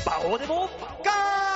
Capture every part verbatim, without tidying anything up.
バオデモカ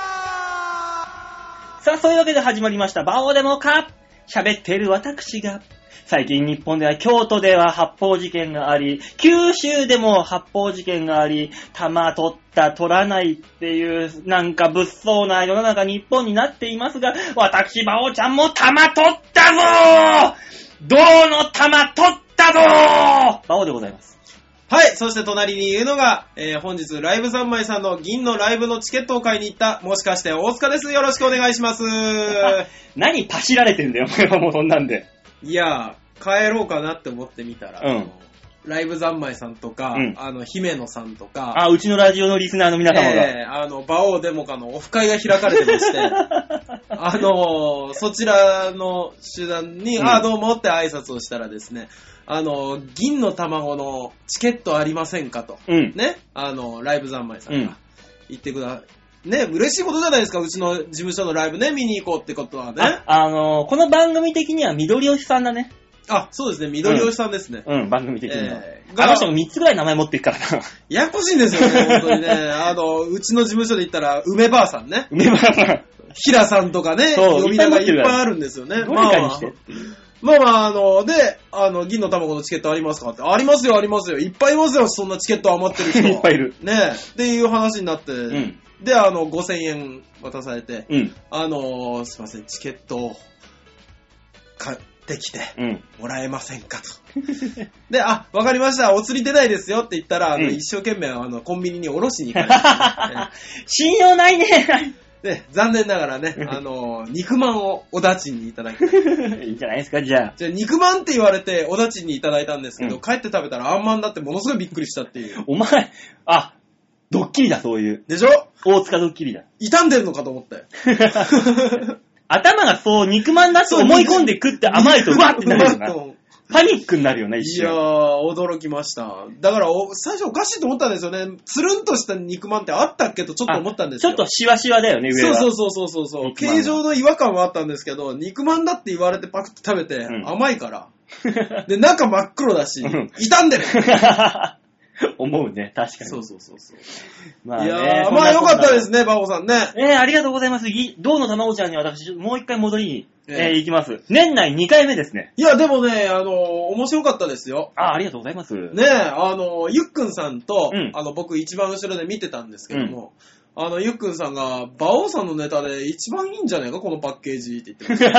ー。さあ、そういうわけで始まりましたバオデモカー。喋っている私が、最近日本では京都では発砲事件があり、九州でも発砲事件があり、弾取った取らないっていうなんか物騒な世の中日本になっていますが、私バオちゃんも弾取ったぞー。銅の弾取ったぞー。バオでございます。 はい、そして隣にいるのが、えー、本日ライブ三昧さんの銀のライブのチケットを買いに行った、もしかして大塚です。よろしくお願いします。 何パシられてんだよ、お前はもうそんなんで。 いやー、帰ろうかなって思ってみたら、 うん、 ライブ三昧さんとか、うん、あの、姫野さんとか、 あ、うちのラジオのリスナーの皆様が、 えー、あの、バオーデモカのオフ会が開かれてまして、あのー、そちらの集団に、うん、あ、どうもって挨拶をしたらですね、あの、銀の卵のチケットありませんかと。うん、ね。あの、ライブ三昧さんが言ってくだ、うん、ね、嬉しいことじゃないですか。うちの事務所のライブね、見に行こうってことはね。 あ、あのー、この番組的には緑吉さんだね。 あ、そうですね。緑吉さんですね。 うん、うん、番組的には。えー、あの人もみっつぐらい名前持ってるからな。 ややこしいんですよね、本当にね。あの、うちの事務所で言ったら、梅ばあさんね。 梅ばあさん。 平さんとかね、呼び名がいっぱいあるんですよね。 どれかにして。 まあまあ、あの、で、あの、銀の卵のチケットありますかって。ありますよ、ありますよ。いっぱいいますよ、そんなチケット余ってる人。 いっぱいいる。 ねえ。っていう話になって、うん、で、あの、ごせんえん渡されて、うん、あの、すいません、チケットを買ってきて、うん、もらえませんかと。で、あ、わかりました、お釣り出ないですよって言ったら、あの、うん、一生懸命、あの、コンビニにおろしに行かれて、ね。 信用ないね。 ね、残念ながらね、あの、肉まんをおだちにいただきいいんじゃないですか、じゃあ。 じゃあ、肉まんって言われておだちにいただいたんですけど、うん、帰って食べたらあんまんだってものすごいびっくりしたっていう。 お前、あ、ドッキリだ、そういう。 でしょ？ 大塚ドッキリだ。 傷んでるのかと思って。 頭がそう、肉まんだと思い込んで食って甘いと、うわってなるよな。パニックになるよね、一瞬。 いやー、驚きました。だから、最初おかしいと思ったんですよね。つるんとした肉まんってあったっけとちょっと思ったんですよ。 ちょっとシワシワだよね、上は。 そうそうそうそうそう。形状の違和感はあったんですけど、肉まんだって言われてパクッと食べて、うん、甘いから。で、中真っ黒だし、傷んでる思うね、確かに。 そうそうそうそう。 まあ、 ね、いやー、まあよかったですね、バオさんね。 えー、ありがとうございます。銅の卵ちゃんに私、もう一回戻りに、えーえー、行きます。年内にかいめですね。 いや、でもね、あのー、面白かったですよ。 あ、ありがとうございます。 ねえ、あのー、ゆっくんさんと、うん、あの、僕一番後ろで見てたんですけども、うん、あの、ゆっくんさんが、バオさんのネタで一番いいんじゃないか、このパッケージって言ってました。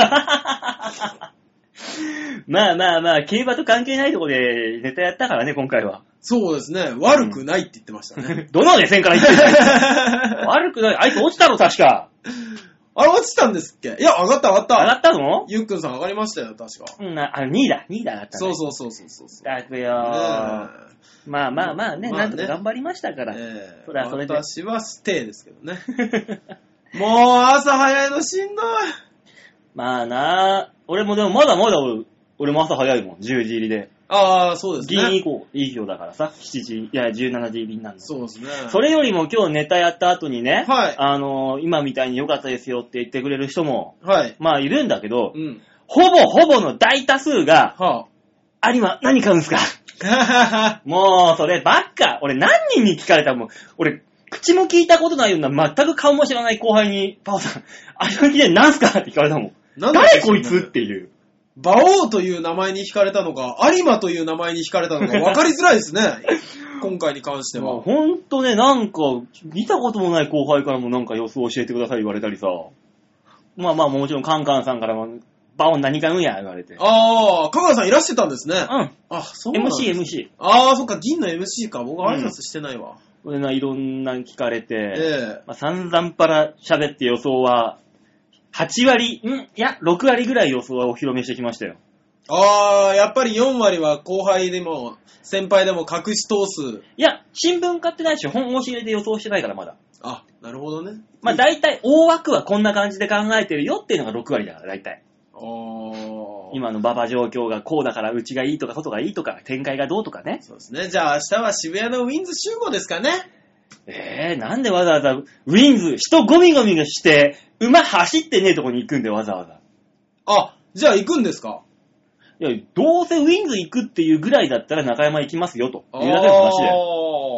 まあまあまあ、競馬と関係ないところでネタやったからね、今回は。 そうですね。悪くないって言ってましたね。 うん、どの目線から言ってるの悪くない。あいつ落ちたろ、確か。 あれ落ちたんですっけ？いや、上がった上がった。 上がったの？ ゆっくんさん上がりましたよ、確か。 うん、あ、にいだ。にいだ上がったね。 そうそうそうそうそう。 だくよー。ね、まあまあまあね、まあね、なんとか頑張りましたから。 えー、それはそれで私はステイですけどね。もう朝早いのしんどい。 まあなぁ。俺もでもまだまだ俺、俺も朝早いもん。じゅうじ入りで。 ああ、そうですね。 銀以降、いい日だからさ。しちじ、いや、じゅうしちじ入りなんだ。 そうですね。 それよりも今日ネタやった後にね、 はい。 あのー、今みたいに良かったですよって言ってくれる人も、 はい。 まあいるんだけど、うん。ほぼほぼの大多数が、はあ、有馬何買うんすかもう、そればっか。俺何人に聞かれたもん。俺、口も聞いたことないような、全く顔も知らない後輩に、パオさん、有馬記念何すかって聞かれたもん。誰こいつっていう。 馬王という名前に惹かれたのか、有馬という名前に惹かれたのか分かりづらいですね。今回に関しては。 ほんとね、なんか、見たこともない後輩からもなんか様子を教えてください言われたりさ。まあまあもちろんカンカンさんからも、馬王何買うんや言われて。 ああ、カンカンさんいらしてたんですね。 うん。 あ、そうなんです。 エムシー、エムシー。 ああ、そっか、銀の エムシー か。僕は挨拶してないわ。 これな、いろんな聞かれて、ええまあ、散々パラ喋って予想は、はちわり、んいや、ろくわりぐらい予想はお披露目してきましたよ。 ああ、やっぱりよんわりは後輩でも、先輩でも隠し通す。 いや、新聞買ってないし、本押し入れで予想してないからまだ。 あ、なるほどね。 まあ大体、大枠はこんな感じで考えてるよっていうのがろくわりだから、大体。 ああ。 今の馬場状況がこうだから、うちがいいとか、外がいいとか、展開がどうとかね。 そうですね。じゃあ明日は渋谷のウィンズ集合ですかね。 えー、なんでわざわざ、ウィンズ、人ゴミゴミがして、馬走ってねえとこに行くんでわざわざ。 あ、じゃあ行くんですか？ いや、どうせウィンズ行くっていうぐらいだったら中山行きますよというだけの話だよ。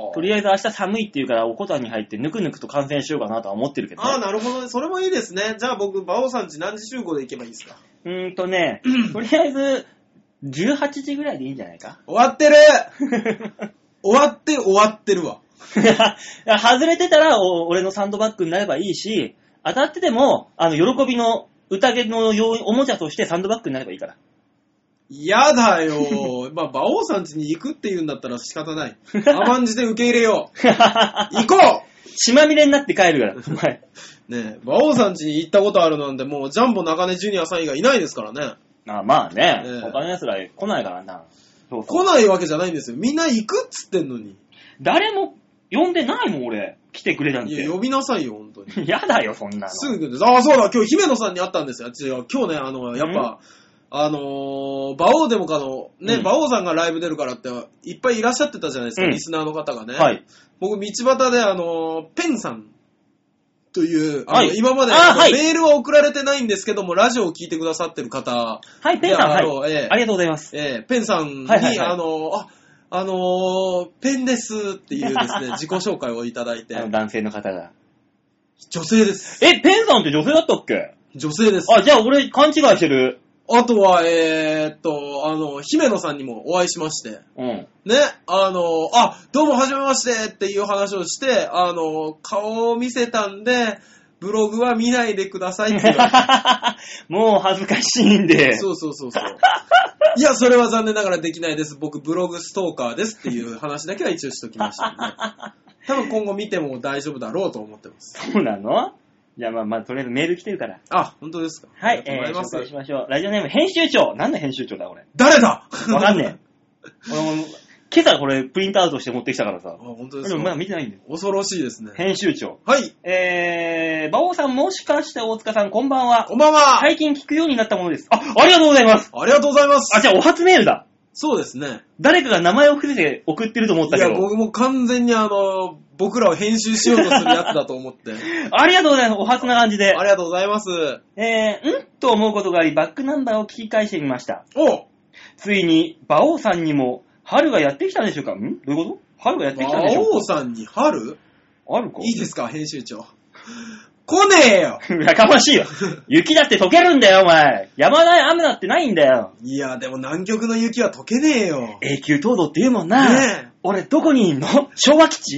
とりあえず明日寒いって言うからおこたに入ってぬくぬくと観戦しようかなとは思ってるけど、ね。 ああ、なるほどね。それもいいですね。じゃあ僕、馬王さんち何時集合で行けばいいですか？ うーんとね、とりあえず、じゅうはちじぐらいでいいんじゃないか？ 終わってる終わって終わってるわ。 外れてたらお俺のサンドバッグになればいいし、当たってても、あの、喜びの宴の用おもちゃとしてサンドバッグになればいいから。 やだよ。まあ、馬王さん家に行くって言うんだったら仕方ない。甘んじて受け入れよう。行こう血まみれになって帰るから、お前。 ねえ、馬王さん家に行ったことあるなんてもうジャンボ中根ジュニアさん以外いないですからね。 あまあね、 ねえ他の奴ら来ないからな。そうそう来ないわけじゃないんですよ。みんな行くっつってんのに。 誰も呼んでないもん、俺。来てくれなんて。 いや、呼びなさいよ、本当に。 やだよ、そんなの。 すぐ来るんです。ああ、そうだ、今日姫野さんに会ったんですよ。違う、今日ね、あの、やっぱ、あのー、馬王デモカの、ね、 うん馬王さんがライブ出るからって、いっぱいいらっしゃってたじゃないですか、 うんリスナーの方がね。 はい。 僕、道端で、あのー、ペンさんという、あの、 はい今まで、 あはいメールは送られてないんですけども、ラジオを聞いてくださってる方、 はい、ペンさん、 であのはい、 ええありがとうございます。 えー、ペンさんに、 はいはいはいあのー、あ、あのー、ペンですっていうですね、自己紹介をいただいてあ、の男性の方が。 女性です。 え、ペンさんって女性だったっけ？ 女性です。 あ、じゃあ俺勘違いしてる。 あとは、えー、っと、あの、姫野さんにもお会いしまして、 うん。 ね、あの、あ、どうもはじめましてっていう話をして、あの、顔を見せたんで、ブログは見ないでくださいって言われて。 もう恥ずかしいんで。 そうそうそうそう。いや、それは残念ながらできないです。僕、ブログストーカーですっていう話だけは一応しときましたね。多分今後見ても大丈夫だろうと思ってます。 そうなの？じゃあまあまあ、とりあえずメール来てるから。 あ、本当ですか。 はい、 ありがとうございます。 えー、紹介しましょう。ラジオネーム、編集長。何の編集長だ、俺。 誰だわかんねえ。俺も今朝これプリントアウトして持ってきたからさ。 あ、本当ですでもまだか。 見てないんだよ。 恐ろしいですね。 編集長。 はい。 えー、馬王さんもしかして大塚さんこんばんは。 こんばんは。 最近聞くようになったものです。あ、ありがとうございます。 ありがとうございます。 あ、じゃあお初メールだ。 そうですね。 誰かが名前を伏せて送ってると思ったいや、 けど。 僕も完全にあの、僕らを編集しようとするやつだと思って。 ありがとうございます。お初な感じであ。りがとうございます。 えー、んと思うことがあり、バックナンバーを聞き返してみました。 おついに、馬王さんにも、春がやってきたんでしょうか？んどういうこと？春がやってきたんでしょうか？ 馬王さんに春あるか？ いいですか、編集長。来ねえよやかましいよ。雪だって溶けるんだよ、お前。山ない雨だってないんだよ。 いや、でも南極の雪は溶けねえよ。 永久凍土って言うもんな。 ねえ。 俺、どこにいんの？昭和基地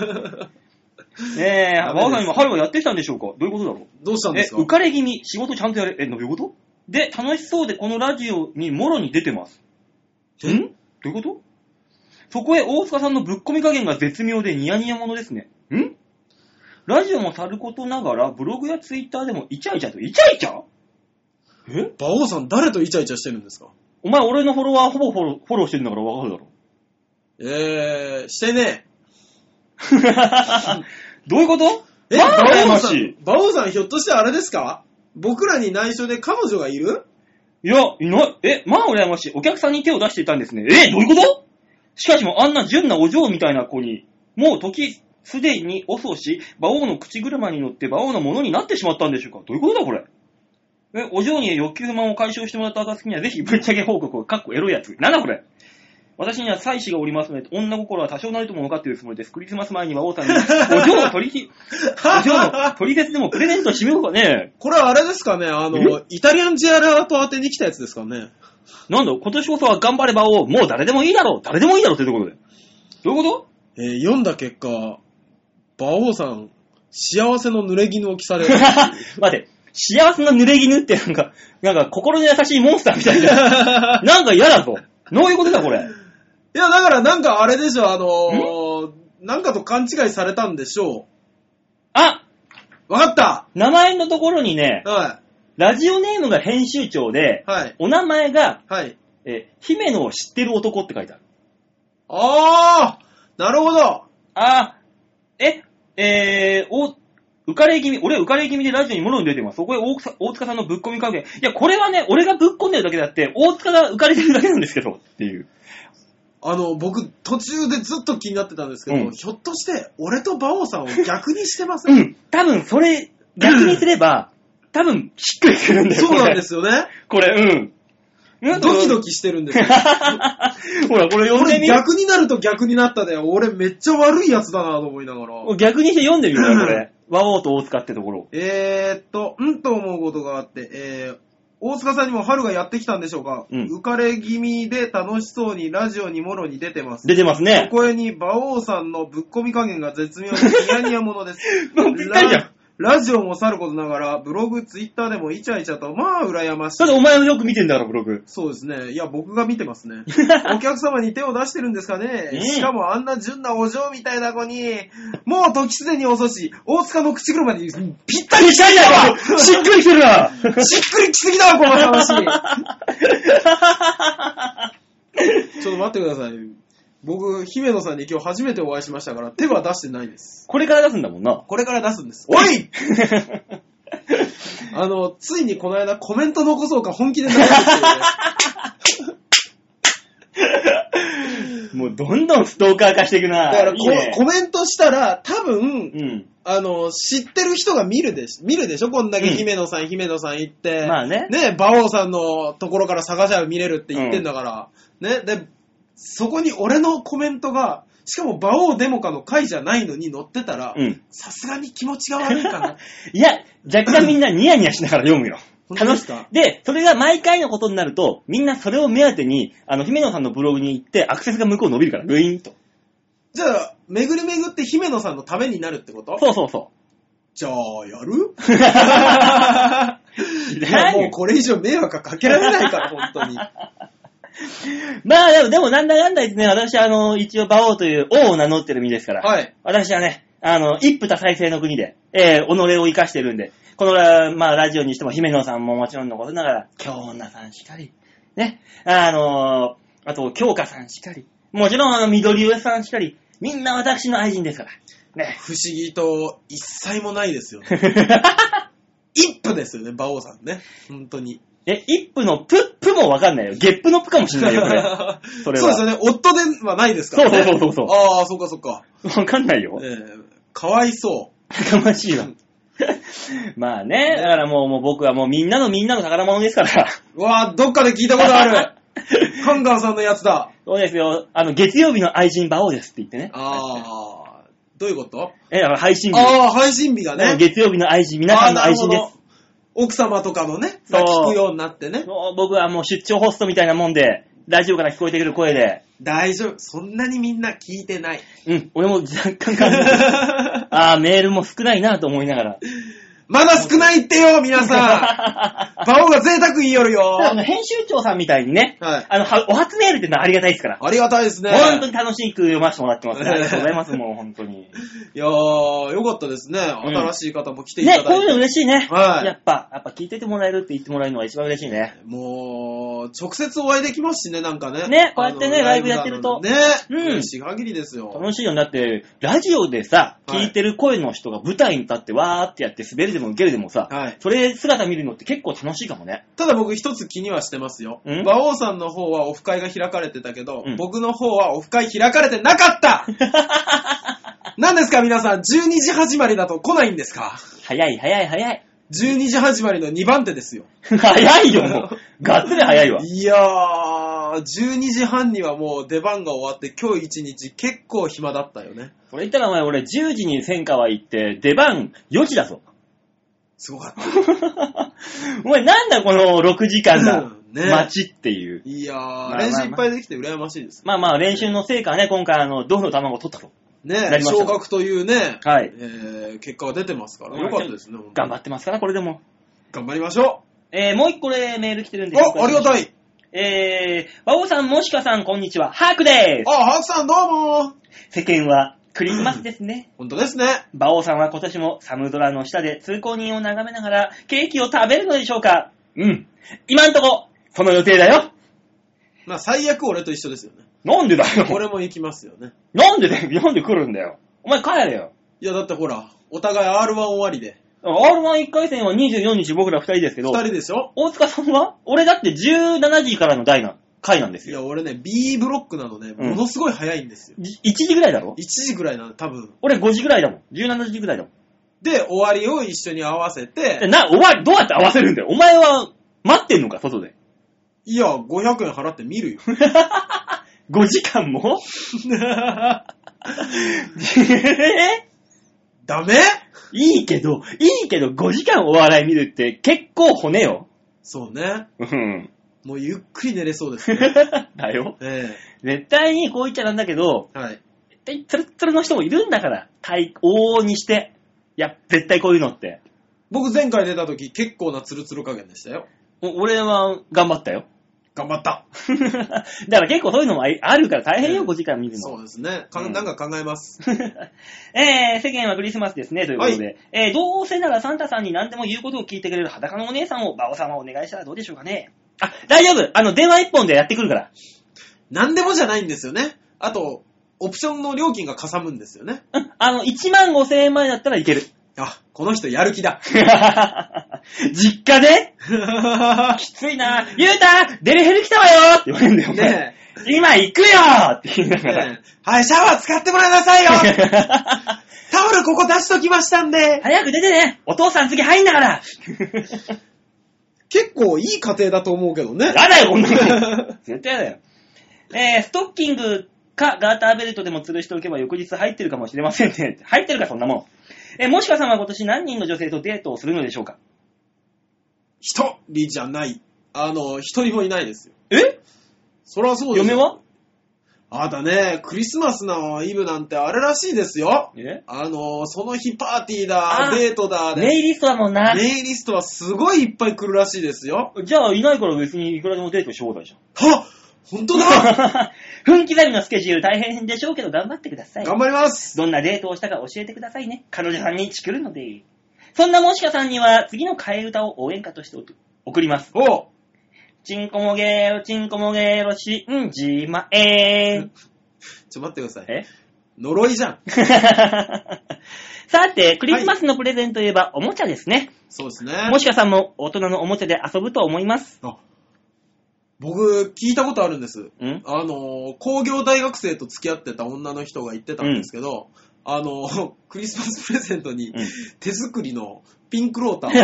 ねえ、馬王さんにも春がやってきたんでしょうか？どういうことだろう？ どうしたんですか？ え、浮かれ気味、仕事ちゃんとやれ。え、どういうこと？で、楽しそうでこのラジオにもろに出てます。ん？どういうこと？そこへ大塚さんのぶっ込み加減が絶妙でニヤニヤものですね。ん？ラジオもさることながら、ブログやツイッターでもイチャイチャと、イチャイチャ？え？ 馬王さん誰とイチャイチャしてるんですか？ お前俺のフォロワーほぼフォロー、フォローしてるんだからわかるだろ。 えー、してねどういうことえ。え、 まあ馬王羨ましいさん、馬王さんひょっとしてあれですか？僕らに内緒で彼女がいる？ いや、いない。え、まあ羨ましい。お客さんに手を出していたんですね。え、どういうこと？しかしもあんな純なお嬢みたいな子に、もう時すでに遅し、馬王の口車に乗って馬王のものになってしまったんでしょうか？どういうことだこれ？え、お嬢に欲求不満を解消してもらった暁にはぜひぶっちゃけ報告をかっこエロいやつ。なんだこれ？私には妻子がおりますので、女心は多少なりとも分かっているつもりです。クリスマス前に馬王さんに、お嬢の取り、お嬢の取説でもプレゼントしようかね。 これはあれですかね、あの、イタリアンジェラート当てに来たやつですかね。 なんだ、今年こそは頑張れ馬王、もう誰でもいいだろう、誰でもいいだろうってところで。どういうこと？ えー、読んだ結果、馬王さん、幸せの濡れ衣を着される。 待って、幸せな濡れ衣ってなんか、なんか心の優しいモンスターみたいな。なんか嫌だぞ。どういうことだこれ。 いや、だからなんかあれでしょ、あのー、なんかと勘違いされたんでしょう。 あ！ わかった！ 名前のところにね、 はラジオネームが編集長で、 い。はい。 お名前が、 はい。 え、姫野を知ってる男って書いてある。 あー、なるほど。 あー、え、えー、お、浮かれ気味、俺浮かれ気味でラジオにもろに出てます。そこへ大塚大塚さんのぶっ込み加減。いや、これはね、俺がぶっ込んでるだけであって、大塚が浮かれてるだけなんですけど、っていう。 あの、僕、途中でずっと気になってたんですけど、 うんひょっとして、俺と馬王さんを逆にしてません？ うん。多分、それ、逆にすれば、多分、しっくりくるんだよ。 そうなんですよね。 これ、これうん。 ドキドキしてるんですよ。 ほら、これ読んでみよこれ逆になると逆になったで、俺めっちゃ悪いやつだなと思いながら。 う。逆にして読んでみようよ、これ。和王と大塚ってところ。 えーっと、うんと思うことがあって、えー、大塚さんにも春がやってきたんでしょうか、 うん、 浮かれ気味で楽しそうにラジオにもろに出てます。 出てますね。 そこへに馬王さんのぶっ込み加減が絶妙にニヤニヤものです。 もうぴったりじゃん。 ラジオもさることながら、ブログ、ツイッターでもイチャイチャと、まあ、羨ましい。 ただお前もよく見てんだろ、ブログ。 そうですね。いや、僕が見てますね。お客様に手を出してるんですかね。 うん、 しかもあんな純なお嬢みたいな子に、もう時すでに遅し、大塚の口車にぴったりしたいだろしっくりきてるなしっくりきすぎだわ、この話ちょっと待ってください。僕、姫野さんに今日初めてお会いしましたから、手は出してないです。 これから出すんだもんな。 これから出すんです。おいあの、ついにこの間コメント残そうか本気で悩んでるもうどんどんストーカー化していくな。 だからいいね、 コメントしたら、多分、 うん、 あの、知ってる人が見るでし、見るでしょこんだけ姫野さん、うん、姫野さん言って。 まあね。 ね、馬王さんのところから探しゃ見れるって言ってんだから。うん、ね、で、そこに俺のコメントが、しかも馬王デモカの回じゃないのに載ってたら、さすがに気持ちが悪いかな。 いや、若干みんなニヤニヤしながら読むよ。 楽しかで、それが毎回のことになると、みんなそれを目当てに、あの、姫野さんのブログに行って、アクセスが向こう伸びるから、グイーンと。 じゃあ、巡り巡って姫野さんのためになるってこと？ そうそうそう。 じゃあ、やるいや、もうこれ以上迷惑かけられないから、本当に。 まあでも、でもなんだかんだ言ってね、私あの、一応馬王という王を名乗ってる身ですから、 はい。 私はね、あの、一夫多妻制の国で、えー、己を生かしてるんで、この、まあラジオにしても姫野さんももちろんのことながら、京女さんしかり、ね、あのー、あと京香さんしかり、もちろんあの、緑上さんしかり、みんな私の愛人ですから、ね。 不思議と一切もないですよね。一夫ですよね、馬王さんね。本当に。 え、一夫のプ、プもわかんないよ。ゲップのプかもしれないよ、これ。それは。 そうですよね。夫ではないですからね。 そうそうそうそう。 ああ、そっかそっか。 わかんないよ。 えー、かわいそう。 かましいわ。まあね、だからもう、もう僕はもうみんなのみんなの宝物ですから。 うわぁ、どっかで聞いたことある。ハンガーさんのやつだ。 そうですよ。あの、月曜日の愛人馬王ですって言ってね。 ああ、どういうこと？ え、だから配信日。 ああ、配信日がね。 月曜日の愛人、皆さんの愛人です。 奥様とかのね、聞くようになってね。 そう、僕はもう出張ホストみたいなもんで、ラジオから聞こえてくる声で。 大丈夫。そんなにみんな聞いてない。 うん、俺も若干感じてああ、メールも少ないなと思いながら。 まだ少ないってよ、皆さん。馬王が贅沢言いよるよ。 編集長さんみたいにね、 はい、 あの、お初メールってのはありがたいですから。 ありがたいですね。 本当に楽しく読ませてもらってますね。ありがとうございます、もう本当に。 いやー、よかったですね。新しい方も来ていただいて。 ね、こういうの嬉しいね。 はい。 やっぱ、やっぱ聞いててもらえるって言ってもらえるのが一番嬉しいね。 もう、直接お会いできますしね、なんかね。 ね、こうやってね、ライブやってると。 ね、 うん。 嬉しい限りですよ。 楽しいよ。だって、ラジオでさ、聞いてる声の人が舞台に立ってわーってやって滑るでも受けるでもさ、 はい、 それ姿見るのって結構楽しいかもね。 ただ僕一つ気にはしてますよ。馬王さんの方はオフ会が開かれてたけど、うん、僕の方はオフ会開かれてなかった何ですか皆さん、じゅうにじ始まりだと来ないんですか？ 早い早い早い。 じゅうにじ始まりのにばん手ですよ。 早いよ、もう。がっつり早いわ。 いやー、じゅうにじはんにはもう出番が終わって今日一日結構暇だったよね。 それ言ったらお前俺じゅうじに千川行って出番よじだぞ。 すごかった。 お前なんだこのろくじかんだ、 ね、 待ちっていう。 いやー、まあまあまあ、練習いっぱいできて羨ましいです、ね。 まあまあ練習の成果はね、今回あの、銅の卵を取ったと。 ね、昇格というね、 はい。 えー、結果が出てますから、よかったですね。 頑張ってますから、これでも。 頑張りましょう。えー、もう一個でメール来てるんで。 あ、ありがたい。 えー、馬王さん、もしかさん、こんにちは。ハークでーす。 あ、ハークさん、どうも。 世間はクリスマスですね。 本当ですね。 馬王さんは今年もサムドラの下で通行人を眺めながらケーキを食べるのでしょうか？うん。今んとこ、その予定だよ。 まあ、最悪俺と一緒ですよね。 なんでだよ。 俺も行きますよね。 なんでだよ。なんで来るんだよ。お前帰れよ。 いや、だってほら、お互い アールワン 終わりで。 アールワンいっ 回戦はにじゅうよっか僕らふたりですけど。 ふたりでしょ？ 大塚さんは俺だってじゅうしちじからの台な、回なんですよ。 いや、俺ね、B ブロックなのね、ものすごい早いんですよ。 うん、いちじぐらいだろ？ いち 時ぐらいなの、多分。 俺ごじぐらいだもん。じゅうしちじぐらいだもん。 で、終わりを一緒に合わせて。 な、終わり、どうやって合わせるんだよ。お前は待ってんのか、外で。 いや、ごひゃくえん払って見るよ。 ごじかんもダメ？ いいけど、いいけどごじかんお笑い見るって結構骨よ。 そうね。 うん。 もうゆっくり寝れそうですね。 だよ。 え絶対にこう言っちゃなんだけど、 えはい。 絶対ツルッツルの人もいるんだから。体往々にして。いや、絶対こういうのって。 僕前回出た時結構なツルツル加減でしたよ。 お俺は頑張ったよ。 頑張った。 だから結構そういうのもああるから大変よ、 ええごじかん見るの。 そうですね。かうんなんか考えます。 えー、世間はクリスマスですね、ということで。えー、どうせならサンタさんに何でも言うことを聞いてくれる裸のお姉さんを、バオさんはお願いしたらどうでしょうかね。あ、大丈夫。あの、電話一本でやってくるから。 なんでもじゃないんですよね。あと、オプションの料金がかさむんですよね。 うん、あの、いちまんごせんえんまえだったらいける。 あ、この人やる気だ。 実家できついな。ゆうたデリヘル来たわよって言われるんだよ。 ねえ。今行くよって言いながら。 ねはい、シャワー使ってもらいなさいよ。タオルここ出しときましたんで。 早く出てね。お父さん次入んだから。 結構いい家庭だと思うけどね。 やだよ、こんなの。絶対やだよ。えー、ストッキングかガーターベルトでも吊るしておけば翌日入ってるかもしれませんね。入ってるか、そんなもん。えー、もしかさんは今年何人の女性とデートをするのでしょうか？ 一人じゃない。あの、一人もいないですよ。 え？ そりゃそうですよ。 嫁は？ あだね、クリスマスのイブなんてあれらしいですよ。 え？ あの、その日パーティーだ、 あデートだ、 メイリストだもんな。 メイリストはすごいいっぱい来るらしいですよ。 じゃあ、いないから別にいくらでもデートし放題じゃん。 はっ本当だ分刻みのスケジュール大変でしょうけど頑張ってください。 頑張ります。 どんなデートをしたか教えてくださいね。彼女さんにチクるので。そんなもしかさんには次の替え歌を応援歌として送ります。 おうチンコもゲーロ、チンコもゲーロ、しんじまえー。 ちょ、待ってください。 え呪いじゃん。 さて、クリスマスのプレゼントといえばおもちゃですね。 そうですね。 もしかさんも大人のおもちゃで遊ぶと思います。 あ僕、聞いたことあるんです。 んあの、工業大学生と付き合ってた女の人が言ってたんですけど、うん、あの、クリスマスプレゼントに手作りのピンクローター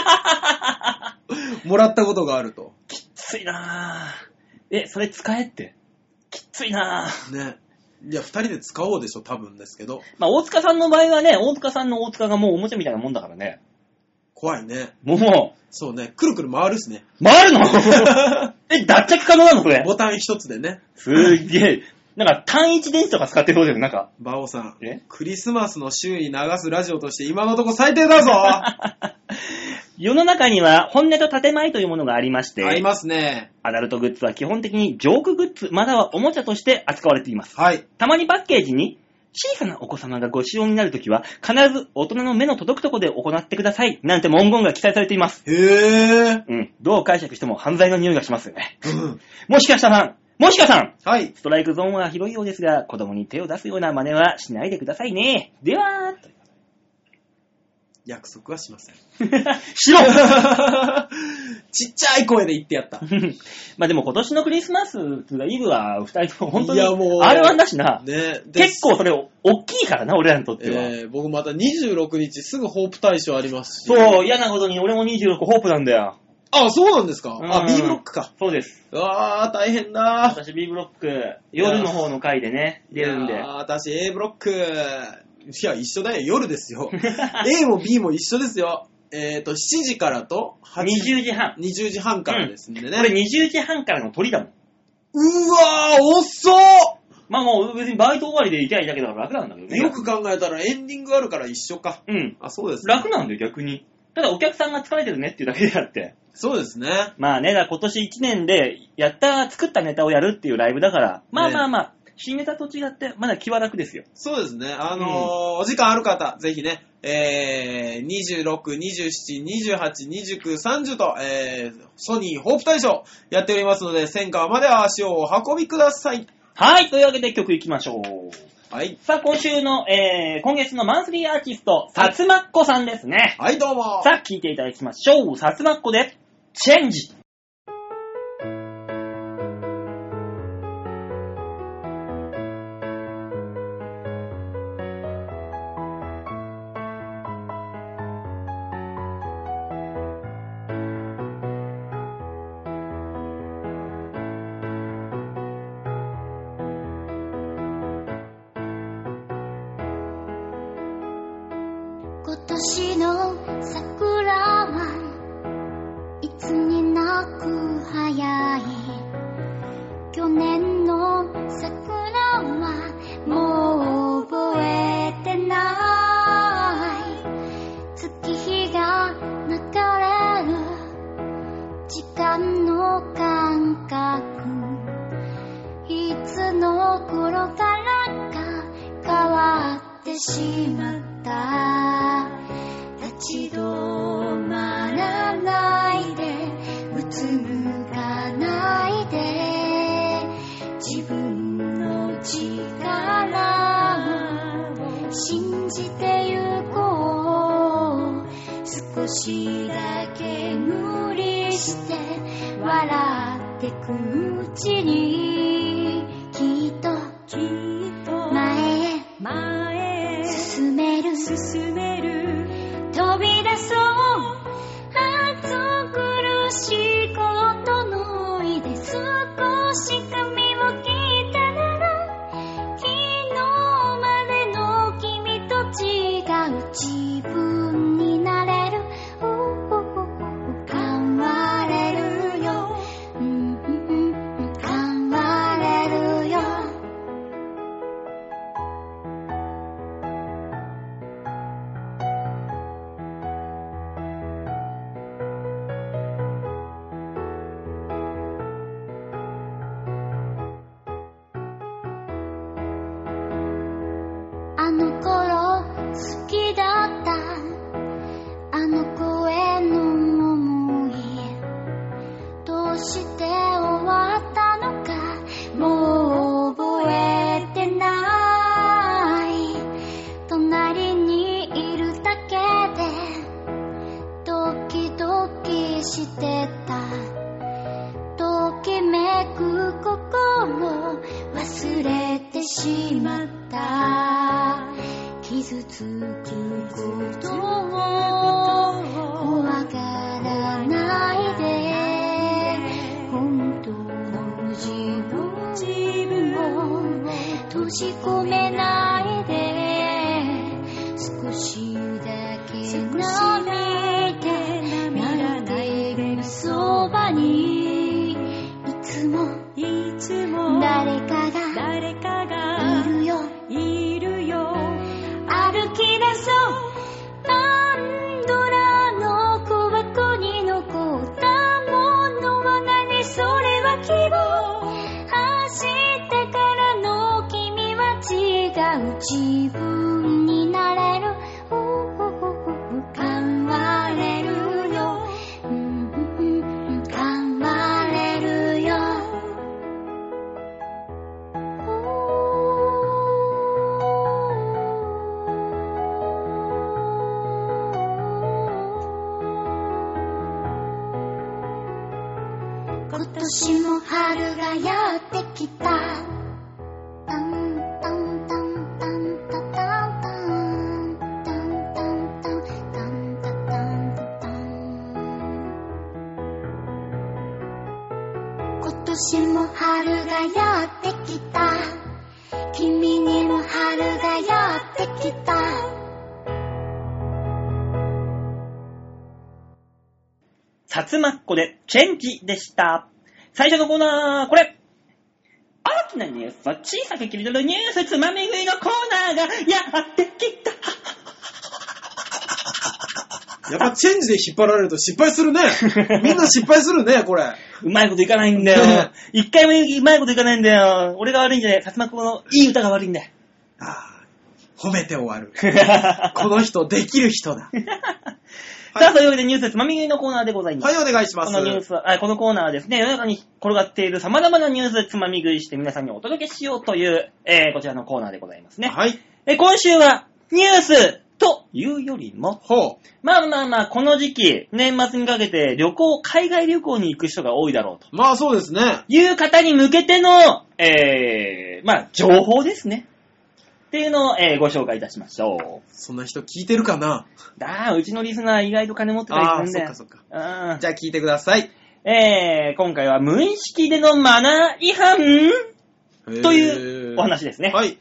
をもらったことがあると。 きついなぁ。え、それ使えって。きついなぁ。 ね。いや、二人で使おうでしょ、多分ですけど。 まあ、大塚さんの場合はね、大塚さんの大塚がもうおもちゃみたいなもんだからね。 怖いね。 もう。 そうね、くるくる回るしね。 回るのえ、脱着可能なのそれ。 ボタン一つでね。 すーげえ。なんか単一電池とか使ってるそうだよ、なんか。 バオさん。 えクリスマスの週に流すラジオとして今のとこ最低だぞ世の中には本音と建前というものがありまして。 ありますね。 アダルトグッズは基本的にジョークグッズ、またはおもちゃとして扱われています。 はい。たまにパッケージに、小さなお子様がご使用になるときは、必ず大人の目の届くところで行ってください。なんて文言が記載されています。 へぇー。 うん。どう解釈しても犯罪の匂いがしますよね。 うん。 もしかしたら、もしかさん。 はい。 ストライクゾーンは広いようですが、子供に手を出すような真似はしないでくださいね。では、 約束はしません。 しろちっちゃい声で言ってやった。 まあでも今年のクリスマスがイブは二人とも本当にいやもうアールワン だしな。 ね、 結構それ大きいからな、俺らにとっては。 えー、僕またにじゅうろくにちすぐホープ大賞ありますし。 そう、嫌なことに俺もにじゅうろくホープなんだよ。 あ、そうなんですか、 うん、 あ、B ブロックか。 そうです。 うわー、大変だ。 私 B ブロック、夜の方の回でね、出るんで。 あー、私 A ブロック。いや、一緒だよ。夜ですよ。A も B も一緒ですよ。えっ、ー、と、しちじからとにじゅうじはん。 にじゅうじはんからですんでね。うん、 これにじゅうじはんからの鳥だもん。 うわー、遅っ。 まあもう別にバイト終わりで行きゃいいだけだから楽なんだけどね。 よく考えたらエンディングあるから一緒か。 うん。 あ、そうですね。 楽なんだよ、逆に。ただお客さんが疲れてるねっていうだけであって。 そうですね。 まあね、だから今年いちねんでやった作ったネタをやるっていうライブだから、まあまあまあ、ね、新ネタと違ってまだ気は楽ですよ。 そうですね。あのーうん、お時間ある方、ぜひね、えー、にじゅうろく、にじゅうしち、にじゅうはち、にじゅうきゅう、さんじゅうと、えー、ソニーホープ大賞やっておりますので、千川まで足をお運びください。 はい、というわけで曲いきましょう。 はい。 さあ、今週の、えー、今月のマンスリーアーティスト、さつまっこさんですね。 はい、どうも。 さあ、聴いていただきましょう。さつまっこで、チェンジ。 年の桜はいつになく早い。去年の桜はもう覚えてない。月日が流れる時間の感覚、いつの頃からか変わってしまった。立ち止まらないで、うつむかないで、自分の力を信じてゆこう。少しだけ無理して笑ってくうちに、きっときっと前へ前へ進める進める、飛び出そう。暑苦しいことのいで、少し髪を切ったなら、昨日までの君と違う自分になれる。変われるよ、うんうんうん、変われるよ。あの頃好きだったあの子への思い、どうして終わったのかもう覚えてない。隣にいるだけでドキドキしてた。ときめく心忘れてしまった。傷つくことを怖がらないで、本当の自分自分を閉じ込めないで、少しだけ涙涙でるそばに、いつもいつも誰かが誰かがいるよいるよ。歩き出そう。パンドラの小箱に残ったものは何？それは希望。走ってからの君は違う自分になれる。変われるよ、うんうんうん、変われるよ。今年も春がやってきた。タンタンタンタンタタンタンタンタンタンタンタタンタタン。今年も春がやってきた。君にも春がやってきた。 さつまっこでチェンジでした。最初のコーナー、これ。大きなニュースを小さく切り取るニュースつまみ食いのコーナーがやってきた。 やっぱチェンジで引っ張られると失敗するね。みんな失敗するね、これ。 うまいこといかないんだよ。一回もうまいこといかないんだよ。俺が悪いんじゃない。さつまっこのいい歌が悪いんだよ。 ああ、褒めて終わる。この人、できる人だ。 さあ、というわけでニュースつまみ食いのコーナーでございます。 はい、お願いします。 このニュースは、このコーナーはですね、世の中に転がっている様々なニュースつまみ食いして皆さんにお届けしようという、えー、こちらのコーナーでございますね。 はい。 え今週はニュースというよりも、 ほう。 まあまあまあ、この時期、年末にかけて旅行、海外旅行に行く人が多いだろうと。 まあそうですね。 いう方に向けての、えー、まあ、情報ですね。っていうのを、えー、ご紹介いたしましょう。 そんな人聞いてるかな？ だー、うちのリスナー意外と金持ってたりするんだよ。 あー、そっかそっか。うん。 じゃあ聞いてください。 えー、今回は無意識でのマナー違反というお話ですね。 はい。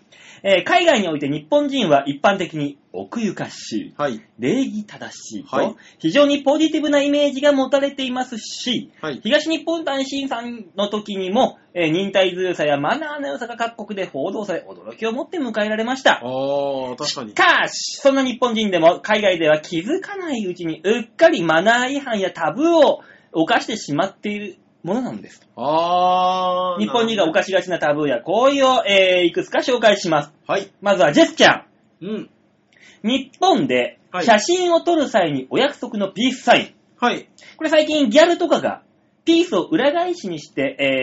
えー海外において日本人は一般的に奥ゆかしい、 はい。 礼儀正しいと、 はい非常にポジティブなイメージが持たれていますし、 はい。 東日本大震災の時にも、えー忍耐強さやマナーの良さが各国で報道され、驚きを持って迎えられました。 ああ、確かにし。かし、そんな日本人でも海外では気づかないうちにうっかりマナー違反やタブーを犯してしまっているものなんです。 ああ。 日本人が犯しがちなタブーや行為を、えーいくつか紹介します。 はい。 まずはジェスチャー。 うん。 日本ではい写真を撮る際にお約束のピースサイン。 はい。 これ最近ギャルとかがピースを裏返しにして、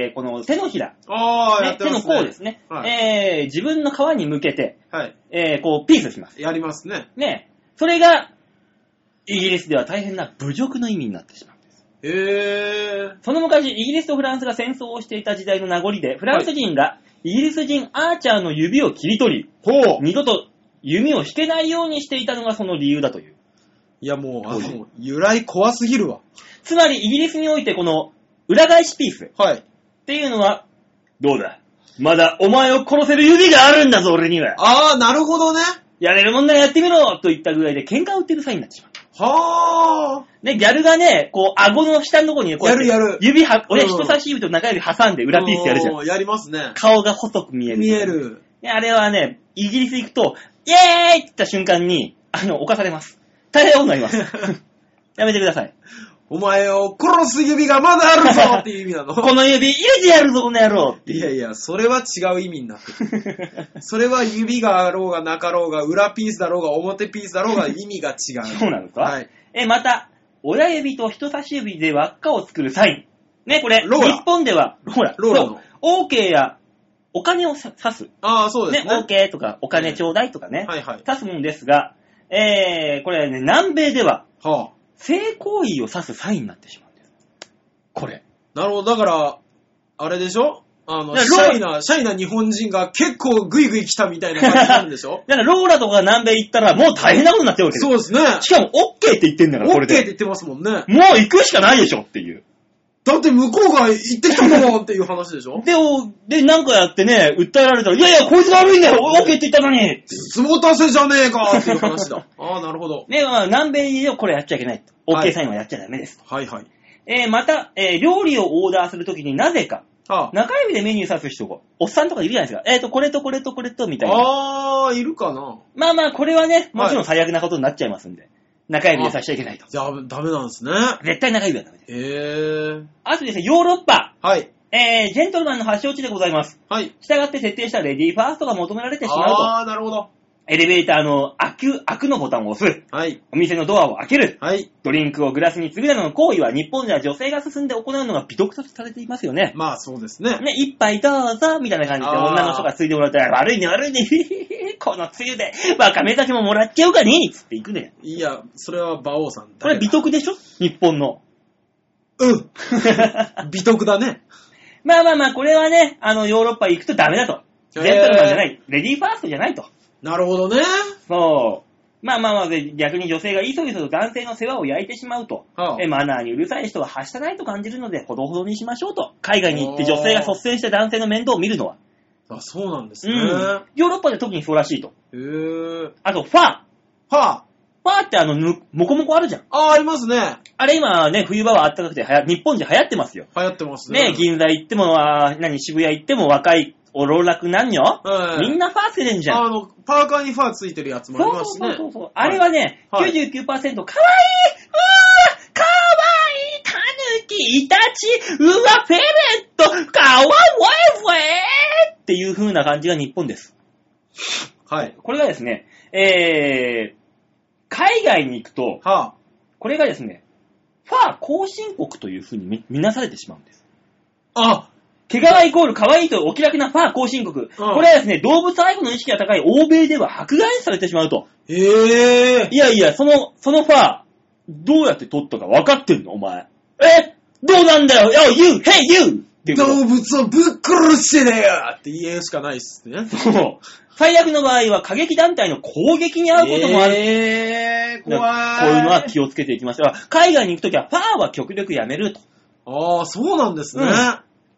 えーこの手のひら、 ああ、やね手のってますね。 甲ですね、 はいえー自分の皮に向けて、 はい。 えーこうピースします。 やりますね。 ね。それがイギリスでは大変な侮辱の意味になってしまう。 へえ。 その昔、イギリスとフランスが戦争をしていた時代の名残で、フランス人がイギリス人アーチャーの指を切り取り、 ほう。 二度と弓を引けないようにしていたのがその理由だという。 いやもう、あの、由来怖すぎるわ。 つまり、イギリスにおいてこの裏返しピースっはい。 ていうのは、どうだまだお前を殺せる指があるんだぞ、俺には。 ああ、なるほどね。 やれるもんならやってみろといったぐらいで喧嘩を売ってるサインになってしまう。 はあ。 ね、ギャルがね、こう、顎の下のところにね、こうやってやるやる指は、俺うん人差し指と中指挟んで裏ピースやるじゃん。 ん。やりますね。 顔が細く見える。 見える。 ねあれはね、イギリス行くと、イエーイって言った瞬間に、あの、犯されます。大変なことになります。やめてください。 お前を殺す指がまだあるぞっていう意味なの。 この指入れてやるぞ、この野郎っていう。 いやいや、それは違う意味になってる。それは指があろうがなかろうが、裏ピースだろうが、表ピースだろうが、意味が違う。 そうなんですか、 はい。 え、また、親指と人差し指で輪っかを作るサイン。ね、これ、 ローラ日本では、ローラ、 ローラの。 そう OK や、お金をさ指す。 ああ、そうですね。 OK とか、お金ちょうだいとかね、 はいはい。 指すもんですが、えー、これね、南米では、 は性行為を指すサインになってしまうんです。これ。 あ。なるほど。だから、あれでしょあの、 いやシャイな、シャイな日本人が結構グイグイ来たみたいな感じになるんでしょだからローラとか南米行ったらもう大変なことになっちゃうわけです。 そうですね。 しかも OK って言ってんだから、 オこれで。 ッケーって言ってますもんね。 もう行くしかないでしょっていう。 だって向こうが行ってきたもんっていう話でしょで、おで、なんかやってね、訴えられたら、いやいや、こいつが悪いんだよ !OK って言ったのにつぼたせじゃねえかっていう話だ。ああ、なるほど。 ね、まあ、南米でこれやっちゃいけない。 はい OK サインはやっちゃダメです。 はいはい。 えー、また、えー、料理をオーダーするときになぜか、 は中指でメニュー指す人が、おっさんとかいるじゃないですか。えーと、これとこれとこれと、みたいな。 ああー、いるかな。 まあまあ、これはね、もちろん最悪なことになっちゃいますんで。中指で指しちゃいけないと。 じゃあ、ダメなんですね。 絶対中指はダメです。 へえ。 あとですね、ヨーロッパ。 はい。 えー、ジェントルマンの発祥地でございます。 はい。 従って設定したレディーファーストが求められてしまうと。 ああ、なるほど。 エレベーターの開く、開くのボタンを押す。 はい。 お店のドアを開ける。 はい。 ドリンクをグラスに継ぐなどの行為は日本では女性が進んで行うのが美徳とされていますよね。 まあ、そうですね。 ね、一杯どうぞ、みたいな感じであー女の人がついてもらったら、悪いね悪いね、このつゆで、わかめ酒ももらっちゃうかねつって行くね。 いや、それは馬王さんだ。 これ美徳でしょ日本の。 うん。美徳だね。 まあまあまあ、これはね、あの、ヨーロッパ行くとダメだと。ジェントルマンじゃない。レディーファーストじゃないと。 なるほどね。 そう。まあまあまあ、で逆に女性がいそいそと男性の世話を焼いてしまうと、 はあえマナーにうるさい人ははしたないと感じるので、ほどほどにしましょうと。海外に行って女性が率先して男性の面倒を見るのは。 あ、そうなんですうね。 ん。ヨーロッパで特にそうらしいと。 へえ。 あと、ファー。 はあ。 ファーってあの、ぬ、もこもこあるじゃん。 ああ、ありますね。 あれ今ね、冬場は暖かくてはや、日本じゃ流行ってますよ。 流行ってますね。 ね、銀座行っても、あー何、渋谷行っても若い、お老若男女、 はいみんなファーつけてんじゃん。 あの、パーカーにファーついてるやつもありますしね。 そうそうそうそう。あれはね、 はいきゅうじゅうきゅうパーセント、かわいいうわーかわいいたぬき、イタチ、うわ、フェレット、かわいいわいっていう風な感じが日本です。 はい。 これがですね、えー、海外に行くと、 はこれがですね、ファー後進国という風に見見なされてしまうんです。 あ。あ、 毛皮イコール可愛いとお気楽なファー後進国。これはですね、動物愛護の意識が高い欧米では迫害されてしまうと。 へえ。 いやいや、その、そのファー、どうやって取ったか分かってんのお前。えどうなんだよ ?Yo, you! Hey, you! っていうこと動物をぶっ殺してねよって言うしかないっすね。 そう。最悪の場合は過激団体の攻撃に遭うこともある。 えー、怖い。 こういうのは気をつけていきましょう。海外に行くときはファーは極力やめると。 ああ、そうなんですね。 うん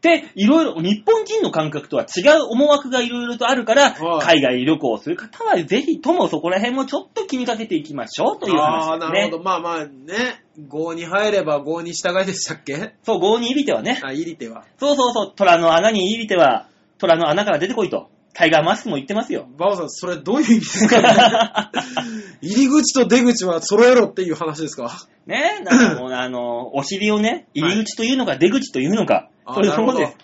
で、いろいろ、日本人の感覚とは違う思惑がいろいろとあるから、 はい、 海外旅行をする方はぜひともそこら辺もちょっと気にかけていきましょうという話ですね。 ああ、なるほど。まあまあね、郷に入れば郷に従いでしたっけ？ そう、郷に入り手はね。 あ、入り手は。 そうそうそう、虎の穴に入り手は、虎の穴から出てこいと。タイガーマスクも言ってますよ。 バオさん、それどういう意味ですかね入り口と出口は揃えろっていう話ですかねえ、なんかもうあの、お尻をね、入り口というのか出口というのか、 はい、 そういうところです。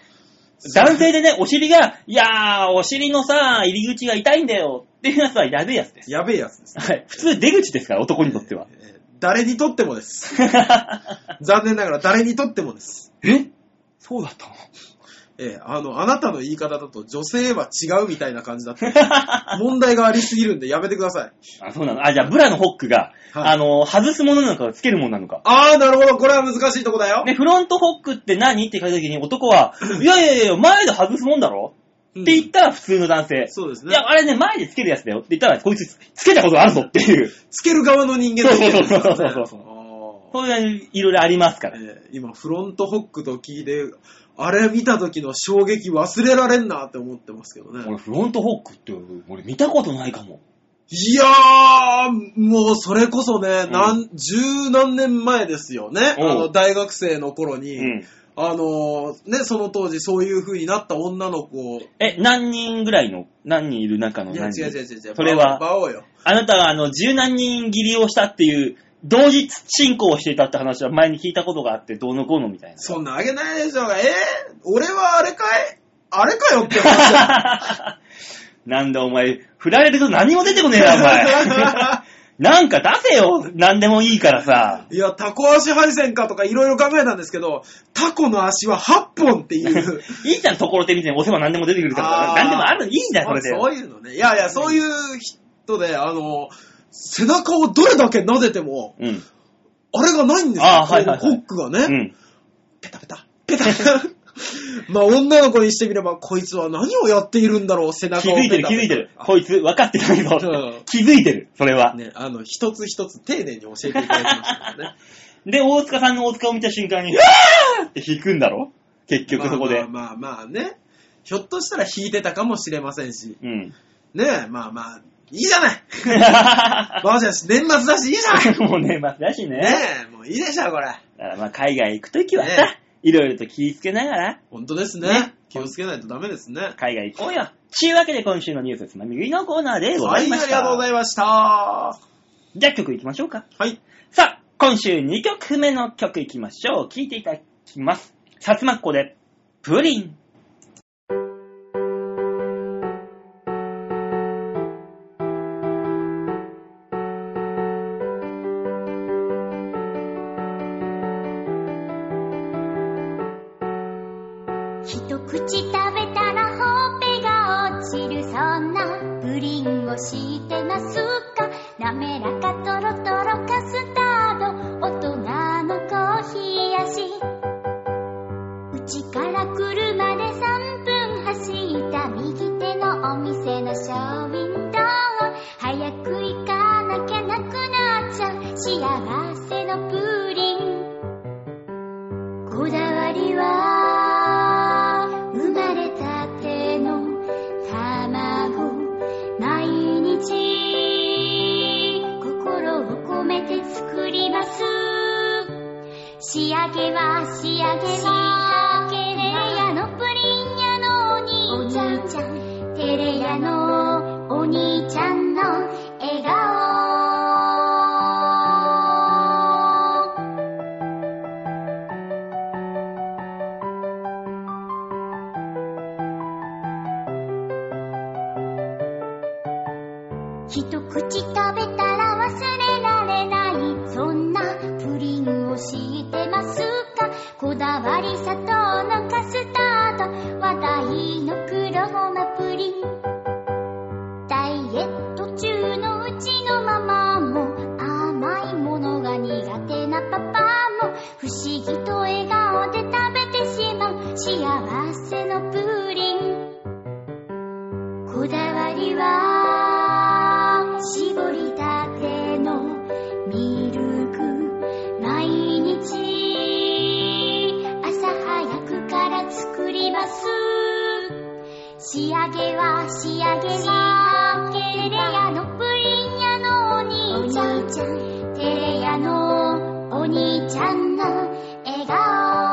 男性でね、お尻が、いやー、お尻のさ、入り口が痛いんだよっていうやつはやべえやつです。 やべえやつです、ね。 はい。普通出口ですから、男にとっては。 えー、誰にとってもです。残念ながら誰にとってもです。 え？そうだったの？ えー、あの、あなたの言い方だと女性は違うみたいな感じだった。問題がありすぎるんでやめてください。 あ、そうなの。あ、じゃあブラのホックが、はい、あの、外すものなのかつけるものなのか。 あー、なるほど。これは難しいとこだよ。 で、フロントホックって何って聞いた時に男は、いやいやいや、前で外すもんだろ、うん、って言ったら普通の男性。 そうですね。 いや、あれね、前でつけるやつだよって言ったら、こいつつけたことあるぞっていう。 つける側の人間だ、ね、 そうそうそうそうそうそう。そういういろいろありますから。 えー、今、フロントホックと聞いて、あれ見た時の衝撃忘れられんなって思ってますけどね。 俺フロントホックって俺見たことないかも。 いやー、もうそれこそね、うん、なん十何年前ですよね。あの大学生の頃に、うん、あのね、その当時そういう風になった女の子。 え、何人ぐらいの、何人いる中の何人？ いや違う違う違う違う。 それは、 バオよ。 あなたがあの十何人切りをしたっていう。同時進行をしていたって話は前に聞いたことがあってどうのこうのみたいな。 そんなあげないでしょうが。えー、俺はあれかいあれかよって話だ。 なんだお前、振られると何も出てこねえなお前。なんか出せよ。何でもいいからさ。 いや、タコ足配線かとかいろいろ考えたんですけど、タコの足ははっぽんっていう。 いいじゃん、ところてみて押せば何でも出てくるから。何でもある。いいんだよ、それで。 そういうのね。いやいや、そういう人で、あの、背中をどれだけ撫でても、うん、あれがないんですよ。あ、はいはいはい、ホックがね、うん。ペタペタ、ペタペタ。まあ女の子にしてみれば、こいつは何をやっているんだろう、背中をペタペタ。 気づいてる、気づいてる。こいつ分かってないぞ。うん、気づいてる、それは。 ね、あの、一つ一つ丁寧に教えていただきましたからね。 で、大塚さんの大塚を見た瞬間に、うわーって引くんだろ結局そこで。 まあまあまあまあね。ひょっとしたら引いてたかもしれませんし。うん。ねえ、まあまあ。いいじゃないまあじゃあ年末だしいいじゃんもう年末だしね。 ねえ、もういいでしょ、これ。だからまあ海外行くときはさ、ね、いろいろと気をつけながら。 本当ですね。ね、気をつけないとダメですね。 海外行こうよ。ちゅうわけで今週のニュースつまみ食いのコーナーでございました。 はい、ありがとうございました。 じゃあ曲行きましょうか。 はい。 さあ、今週にきょくめの曲行きましょう。聴いていただきます。さつまっこで、プリン。 一口食べたらほっぺが落ちる、そんなプリンを知ってますか？滑らかトロトロカスタード、大人のコーヒー味。うちから車でさんぷん走った右手のお店のショーウィンドウ、早く行かなきゃなくなっちゃう幸せのプリン。こだわりは仕上げは仕上げはテレヤのプリン屋のお兄ちゃん、テレヤのお兄ちゃんの笑顔。一口食べたら忘れられない、そんなプリンを知ってますか？こだわり砂糖のカスタード、話題の黒ごまプリン。ダイエット中のうちのママも、甘いものが苦手なパパも、不思議と笑顔で食べてしまう幸せのプリン。こだわりは絞りたてのミルク、毎日朝早くから作り仕上げは仕上げはテレ屋のプリン屋のお兄ちゃん、テレ屋のお兄ちゃんの笑顔。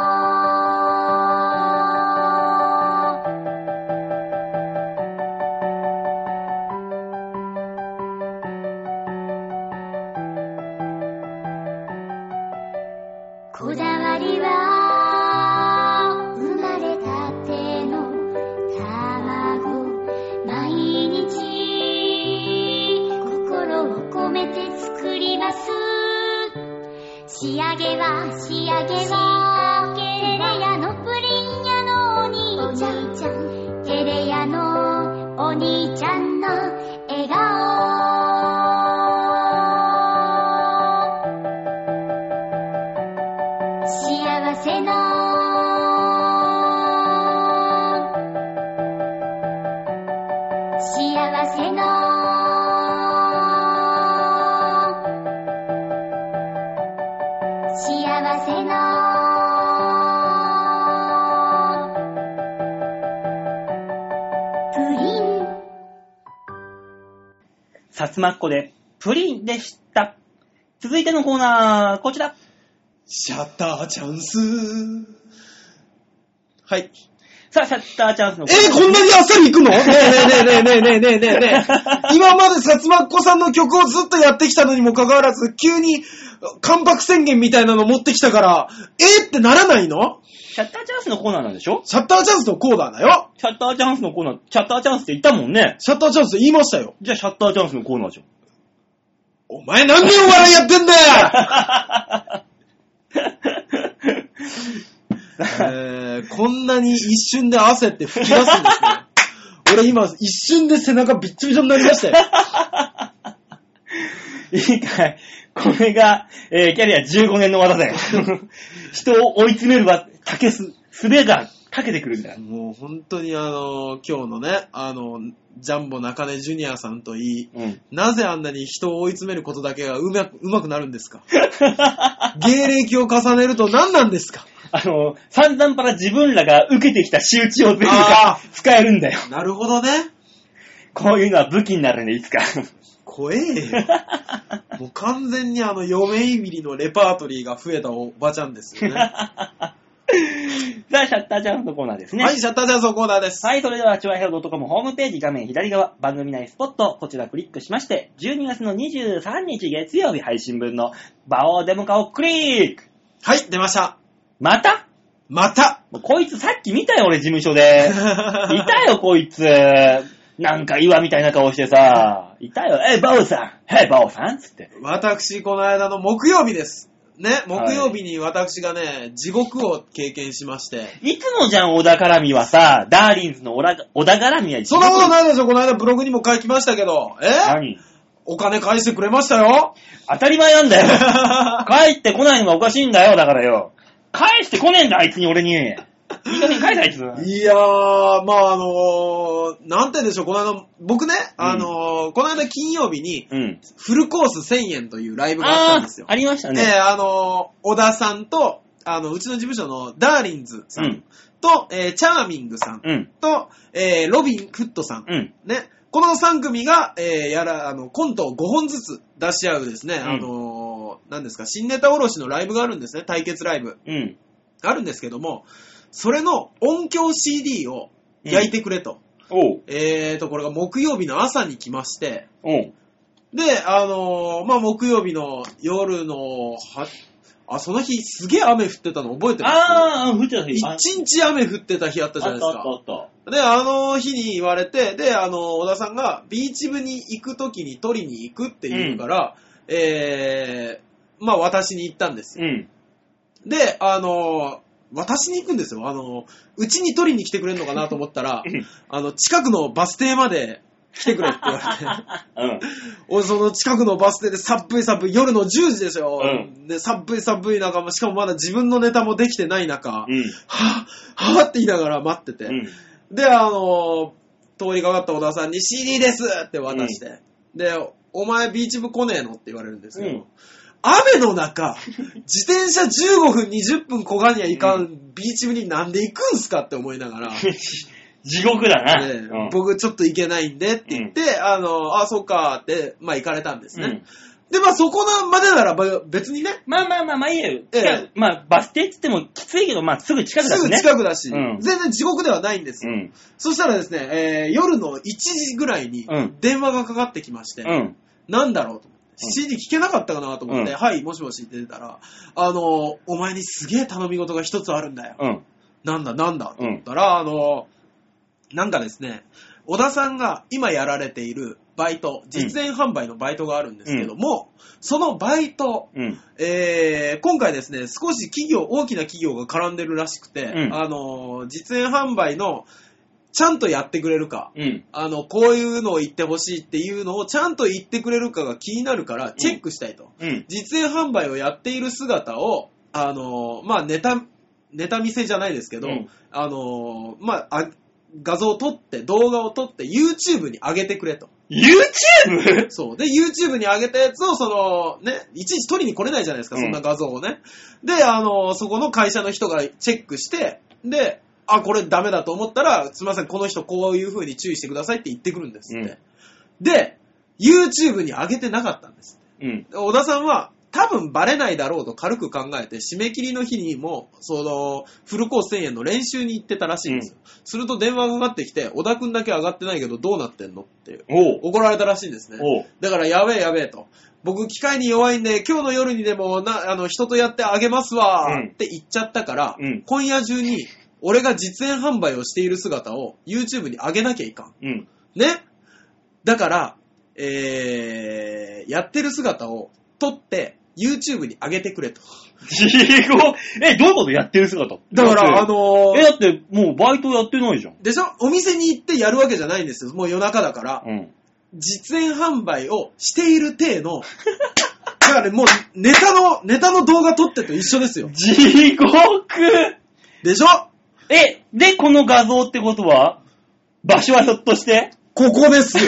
こだわりは生まれたての卵、毎日心を込めて作ります。仕上げは仕上げはテレ屋のプリン屋のお兄ちゃん、テレ屋のお兄ちゃんの笑顔。幸せの幸せの幸せのプリン。 さつまっこでプリンでした。続いてのコーナー、こちら。 シャッターチャンス。はい。 さあ、シャッターチャンスのコえー、 ーナー。 こんなにあっさりいくのねえねえねえねえねえねえねえねえ。今までさつまっこさんの曲をずっとやってきたのにもかかわらず、急に関白宣言みたいなの持ってきたから、えーってならないの？ シャッターチャンスのコーナーなんでしょ？ シャッターチャンスのコーナーだよ。 シャッターチャンスのコーナー、シャッターチャンスって言ったもんね。 シャッターチャンス言いましたよ。 じゃあシャッターチャンスのコーナーじゃん。 お前何年お笑いやってんだよえー、こんなに一瞬で汗って吹き出すんですね。俺今一瞬で背中びっちょびちょになりましたよ。 いいかい。これが、えー、キャリアじゅうごねんの技だよ。人を追い詰めるわ、かけす、すべがかけてくるんだよ。 もう本当にあの、今日のね、あの、ジャンボ中根ジュニアさんといい、うん、なぜあんなに人を追い詰めることだけがうまく、うまくなるんですか？芸歴を重ねると何なんですか？ あの、散々から自分らが受けてきた仕打ちを全部か使えるんだよ。 なるほどね。 こういうのは武器になるね、いつか。 怖えよ。もう完全にあの、嫁いびりのレパートリーが増えたおばちゃんですよね。 さあ、シャッターチャンスのコーナーですね。 はい、シャッターチャンスのコーナーです。 はい、それでは、チョアヘオ .com ホームページ画面左側、番組内スポット、こちらクリックしまして、じゅうにがつのにじゅうさんにち月曜日配信分のバオデモカをクリック。 はい、出ました。 またまたもうこいつさっき見たよ、俺事務所で。いたよ、こいつ。なんか岩みたいな顔してさ。いたよ。え、バオさん。へい、バオさんつって。 私、この間の木曜日です。ね、木曜日に私がね、はい、地獄を経験しまして。 いつもじゃん、小田絡みはさ、ダーリンズの小田絡みはそんなことないでしょ、この間ブログにも書きましたけど。え何？お金返してくれましたよ。 当たり前なんだよ。帰ってこないのがおかしいんだよ、だからよ。返してこねえんだ、あいつに俺に。いい加減返せ、あいつ。 いやー、まああのー、なんて言うんでしょう、この間、僕ね、うん、あのー、この間金曜日に、うん、フルコースせんえんというライブがあったんですよ。 あ, ありましたね。 えー、あのー、小田さんと、あの、うちの事務所のダーリンズさんと、うん、えー、チャーミングさんと、うん、えー、ロビン・フットさん。うん、ね。このさん組が、えー、やら、あの、コントをごほんずつ出し合うですね、うん、あのー、何ですか、新ネタおろしのライブがあるんですね、対決ライブ。うん。あるんですけども、それの音響 シーディー を焼いてくれと。うん、えーと、これが木曜日の朝に来まして、で、あのー、まあ、木曜日の夜の、は、あ、その日すげえ雨降ってたの覚えてます？ あー、降ってた日。 一日雨降ってた日あったじゃないですか。 あったあったあった。 で、あの日に言われて、で、あの、小田さんがビーチ部に行くときに取りに行くって言うから、うん、えー、まあ、私に行ったんですよ。うん、で、あの、私に行くんですよ。あの、うちに取りに来てくれるのかなと思ったら、あの、近くのバス停まで来てくれって言われて、うん、俺その近くのバス停で寒い寒い、夜のじゅうじですよ。うん、で、寒い寒い中、しかもまだ自分のネタもできてない中、うん、はぁ、はぁって言いながら待ってて、うん、で、あの、通りかかった小田さんに シーディー ですって渡して、うん、で、お前ビーチ部来ねえのって言われるんですけど、うん、雨の中、自転車じゅうごふん、にじゅっぷんこがにはいかんビーチ部になんで行くんすかって思いながら。 地獄だな。 でうん、 僕ちょっと行けないんでって言って、うん、あの、あ、そうかって、まあ行かれたんですね。うん、で、まあそこまでなら別にね。 まあまあまあまあいいよ。ええ、まあバス停って言ってもきついけど、まあすぐ近くだしね。 すぐ近くだし、うん、全然地獄ではないんですよ。 うん、 そしたらですね、えー、夜のいちじぐらいに電話がかかってきまして、うん、なんだろうと。しちじ聞けなかったかなと思って、うん、はい、もしもしって出たら、あの、お前にすげえ頼み事が一つあるんだよ。うん、なんだなんだと思ったら、うん、あの、なんかですね、小田さんが今やられているバイト、実演販売のバイトがあるんですけども、うん、そのバイト、うん、えー、今回ですね、少し企業、大きな企業が絡んでるらしくて、うん、あの、実演販売のちゃんとやってくれるか、うん、あの、こういうのを言ってほしいっていうのをちゃんと言ってくれるかが気になるからチェックしたいと。うん、実演販売をやっている姿を、あの、まあ、ネタ、ネタ見せじゃないですけど、うん、あの、まあ、あ画像を撮って、動画を撮って YouTube に上げてくれと。 YouTube？ そう。で、YouTube に上げたやつを、その、ね、いちいち撮りに来れないじゃないですか、そんな画像をね。うん、で、あの、そこの会社の人がチェックして、で、あ、これダメだと思ったら、すいません、この人こういう風に注意してくださいって言ってくるんですって。うん、で、YouTube に上げてなかったんですって。うん、小田さんは、多分バレないだろうと軽く考えて、締め切りの日にも、その、フルコースせんえんの練習に行ってたらしいんですよ。うん、すると電話がかかってきて、小田くんだけ上がってないけどどうなってんのって怒られたらしいんですね。だからやべえやべえと。僕機械に弱いんで、今日の夜にでもな、あの、人とやってあげますわーって言っちゃったから、うん、今夜中に、俺が実演販売をしている姿を YouTube に上げなきゃいかん。うん、ね。だから、えー、やってる姿を撮って YouTube に上げてくれと。 地獄。え、どういうことやってる姿？ だから、あのー、 え、だってもうバイトやってないじゃん。 でしょ？お店に行ってやるわけじゃないんですよ。もう夜中だから。うん、実演販売をしている体の、だからね、もうネタの、ネタの動画撮ってと一緒ですよ。 地獄でしょ？ え、で、この画像ってことは、場所はひょっとしてここですよ。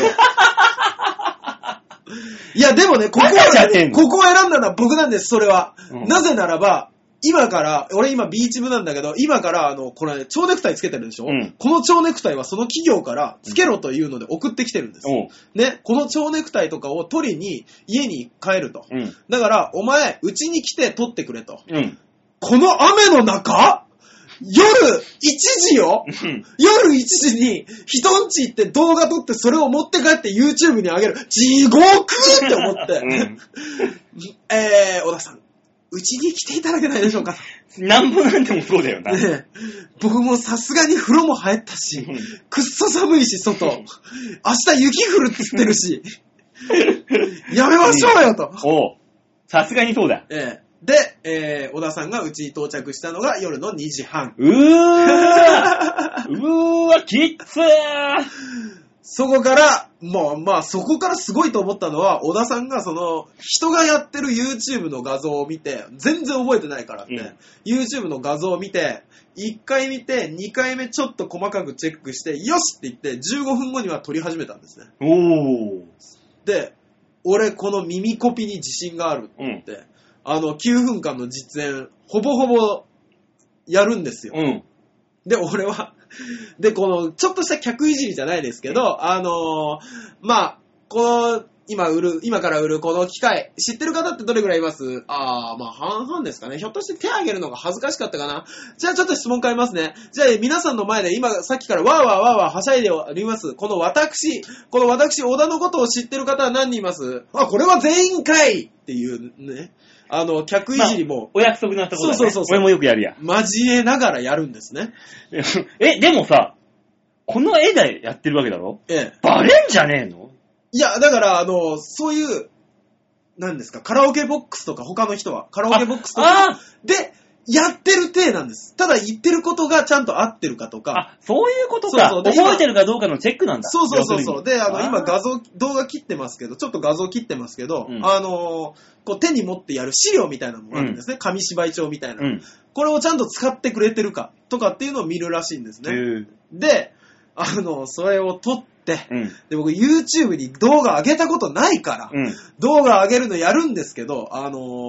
いや、でもね、ここは、ここを選んだのは僕なんです、それは。うん、なぜならば、今から、俺今ビーチ部なんだけど、今から、あの、これ、蝶ネクタイつけてるでしょ、うん、この蝶ネクタイはその企業からつけろというので送ってきてるんです。うん、ね、この蝶ネクタイとかを取りに家に帰ると。うん、だから、お前、うちに来て取ってくれと。うん、この雨の中夜いちじよ、うん、夜いちじに人んち行って動画撮ってそれを持って帰って YouTube に上げる。地獄って思って。うん、えー、小田さん、うちに来ていただけないでしょうか。 なんぼなんでもそうだよな。ね、 僕もさすがに風呂も入ったし、くっそ寒いし外。明日雪降るって言ってるし。やめましょうよと。 おう。さすがにそうだ。 ええ。で、えー、小田さんがうちに到着したのが夜のにじはん。 うーうーわ、きっつーそこから、もう、まあ、そこからすごいと思ったのは、小田さんがその、人がやってる YouTube の画像を見て、全然覚えてないからって、うん、YouTube の画像を見て、いっかい見て、にかいめちょっと細かくチェックして、よしって言って、じゅうごふんごには撮り始めたんですね。おー。で、俺この耳コピに自信があるって言って、うん、あの、きゅうふんかんの実演、ほぼほぼやるんですよ。うん、で、俺は、で、この、ちょっとした客いじりじゃないですけど、うん、あのー、まあ、この、今売る、今から売るこの機械、知ってる方ってどれぐらいいます？あー、まあ半々ですかね。ひょっとして手挙げるのが恥ずかしかったかな。じゃあちょっと質問変えますね。じゃあ皆さんの前で今さっきからわーわーわーわーはしゃいでおります。この私、この私、小田のことを知ってる方は何人います？あ、これは全員かいっていうね。あの、客いじりも、まあ、 お約束のところだね。 そうそうそうそう。 俺もよくやるや。 交えながらやるんですね。 え、でもさ、この絵でやってるわけだろ？ええ。バレんじゃねえの？ いや、だから、あの、そういう、何ですか、カラオケボックスとか、他の人は、カラオケボックスとか、で、やってる体なんです。ただ言ってることがちゃんと合ってるかとか。 あ、そういうことか。そうそう、覚えてるかどうかのチェックなんだ。 そうそうそうそう。で、あの、今画像、動画切ってますけど、ちょっと画像切ってますけど、うん、あの、こう手に持ってやる資料みたいなのがあるんですね。うん、紙芝居帳みたいな、うん。これをちゃんと使ってくれてるかとかっていうのを見るらしいんですね。で、あの、それを撮って、うん、で、僕 YouTube に動画上げたことないから、うん、動画上げるのやるんですけど、あの、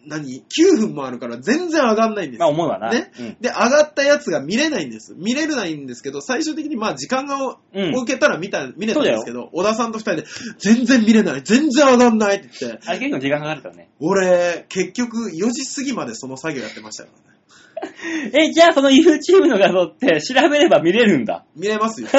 何 ?きゅうふんもあるから全然上がんないんですよ。 まあ思うわな。 ね、 うん。 で、上がったやつが見れないんです。見れないんですけど、最終的にまあ時間がうん置けたら見た、見れたんですけど、小田さんと二人で、全然見れない、全然上がんないって言って、 あれ結構時間かかるからね。 俺、結局よじ過ぎまでその作業やってましたからね。 え、じゃあその YouTube の画像って調べれば見れるんだ。 見れますよ。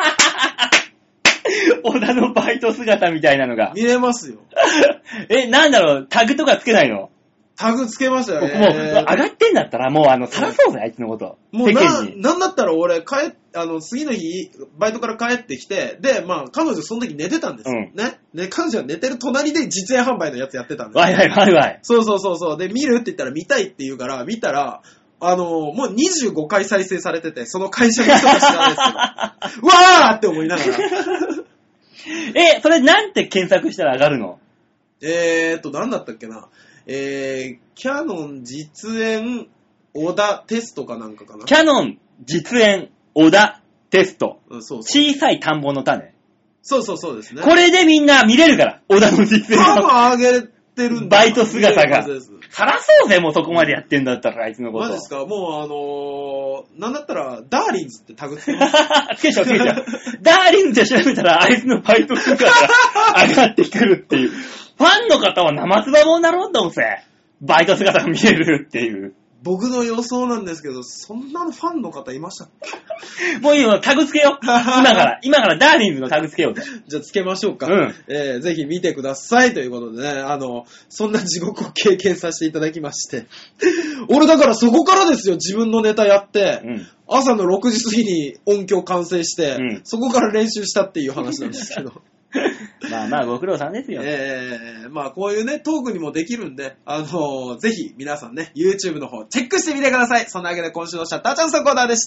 小田のバイト姿みたいなのが。 見れますよ。 え、なんだろう、タグとかつけないの？ タグつけましたよね。 もう、上がってんだったら、もう、あの、さらそうぜ、あいつのこと。 もうな、 世間に。 なんだったら俺、帰っ、あの、次の日、バイトから帰ってきて、で、まあ、彼女その時寝てたんですよ。 うんね。で、彼女は寝てる隣で実演販売のやつやってたんですよ。 わいわいわいわい。 そうそうそうそう。で、見るって言ったら見たいって言うから、見たら、あの、もうにじゅうごかい再生されてて、その会社の人が知らないですけど、わーって思いながら。 え、それなんて検索したら上がるの？ えーっと、なんだったっけな。えー、キャノン実演小田テストかなんかかな。 キャノン実演小田テスト。 うん、そうそう。 小さい田んぼの種。 そうそうそうですね。 これでみんな見れるから。小田の実演多分の。 上げてるんだ。 バイト姿がそうですさらそうぜ、もうそこまでやってんだったら、あいつのこと。 マジですか？もうあのー、なんだったら、ダーリンズってタグつけます。 つけちゃうつけちゃう。ダーリンズで調べたら、あいつのバイト姿が上がってくるっていう。ファンの方は生つばもんだろうと思って。バイト姿が見れるっていう。 僕の予想なんですけど、そんなファンの方いましたっけ？ もういいよ、タグつけよう。今から、今からダーリンズのタグつけようぜ。 じゃあつけましょうか。 うんえーぜひ見てくださいということでね、あの、そんな地獄を経験させていただきまして。俺だからそこからですよ、自分のネタやって、 うん。 朝のろくじ過ぎに音響完成して、 うんそこから練習したっていう話なんですけど。 まあまあ、ご苦労さんですよ。 えー、まあこういうね、トークにもできるんで、あのーぜひ皆さんね、YouTube の方チェックしてみてください。そんなわけで今週のシャッターチャンスのコーナーでした。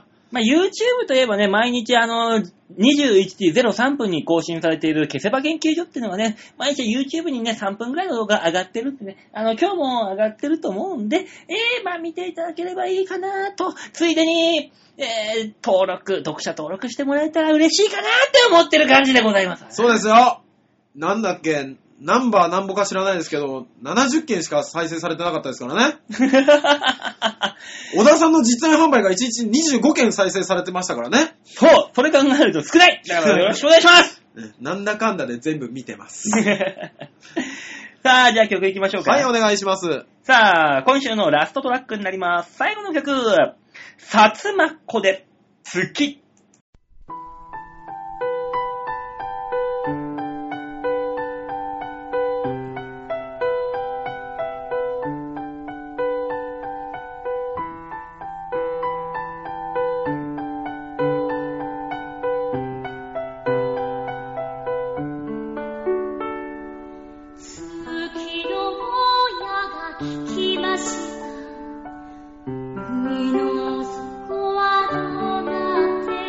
まあ YouTube といえばね、毎日あの、にじゅういちじゼロさんぷんに更新されている消せば研究所っていうのがね、毎日 YouTube にね、さんぷんぐらいの動画上がってるってね、あの、今日も上がってると思うんで、えー、まあ見ていただければいいかなと、ついでに、えー、登録、読者登録してもらえたら嬉しいかなって思ってる感じでございます。 そうですよ。なんだっけ、ナンバーなんぼか知らないですけど、ななじゅっけんしか再生されてなかったですからね。小田さんの実演販売がいちにちににじゅうごけん再生されてましたからね。 そう、それ考えると少ないだからよろしくお願いしますねなんだかんだで全部見てます。 さあ、じゃあ曲いきましょうか。 はい、お願いします。 さあ、今週のラストトラックになります。最後の曲、さつまっこで月。 海の底はどうなって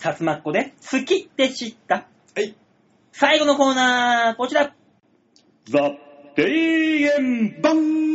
さつまっこで好きでした。 はい。 最後のコーナー、こちら。ザ・提言バン。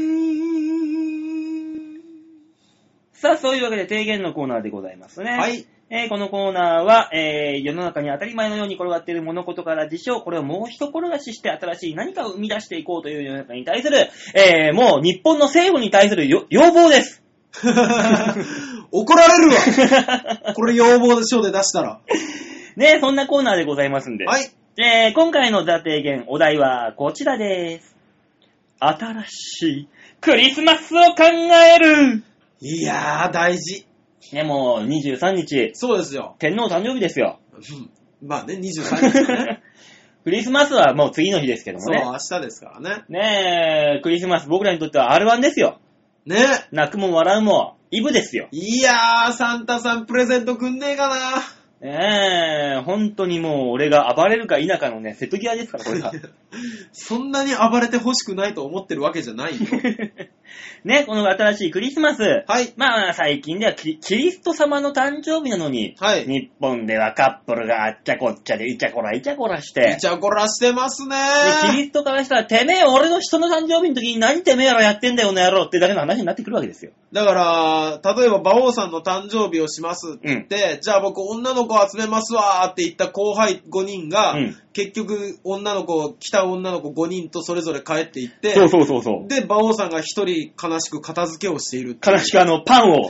さあ、そういうわけで提言のコーナーでございますね。 はい。 えー、このコーナーは、えー、世の中に当たり前のように転がっている物事から事象、これをもう一転がしして新しい何かを生み出していこうという世の中に対する、えー、もう日本の政府に対する要望です。 怒られるわ。これ要望書で出したら。 ね、そんなコーナーでございますんで。 はい。 えー、今回のザ提言、お題はこちらです。新しいクリスマスを考える。 いやー、大事。 ね、もうにじゅうさんにち。 そうですよ。 天皇誕生日ですよ。 まあね、にじゅうさんにちね。 クリスマスはもう次の日ですけどもね。 そう、明日ですからね。 ねえ、クリスマス僕らにとっては アールワン ですよ。 ね。 泣くも笑うもイブですよ。 いやー、サンタさんプレゼントくんねえかな。 ねえ、本当にもう俺が暴れるか否かのね、瀬戸際ですから、これが。 そんなに暴れてほしくないと思ってるわけじゃないよ。 ね、この新しいクリスマス。 はい。 まあ、最近ではキリスト様の誕生日なのに、 はい。 日本ではカップルがあっちゃこっちゃでイチャコライチャコラして。 イチャコラしてますねー。キリストからしたら、てめえ俺の人の誕生日の時に何てめえらやってんだよ、の野郎ってだけの話になってくるわけですよ。 だから、例えば馬王さんの誕生日をしますって言って、うん、じゃあ僕女の子集めますわーって言った後輩ごにんが、うん、結局女の子、来た女の子ごにんとそれぞれ帰っていって、 そうそうそうそう。 で、馬王さんが一人悲しく片付けをしている。 悲しくあの、パンを。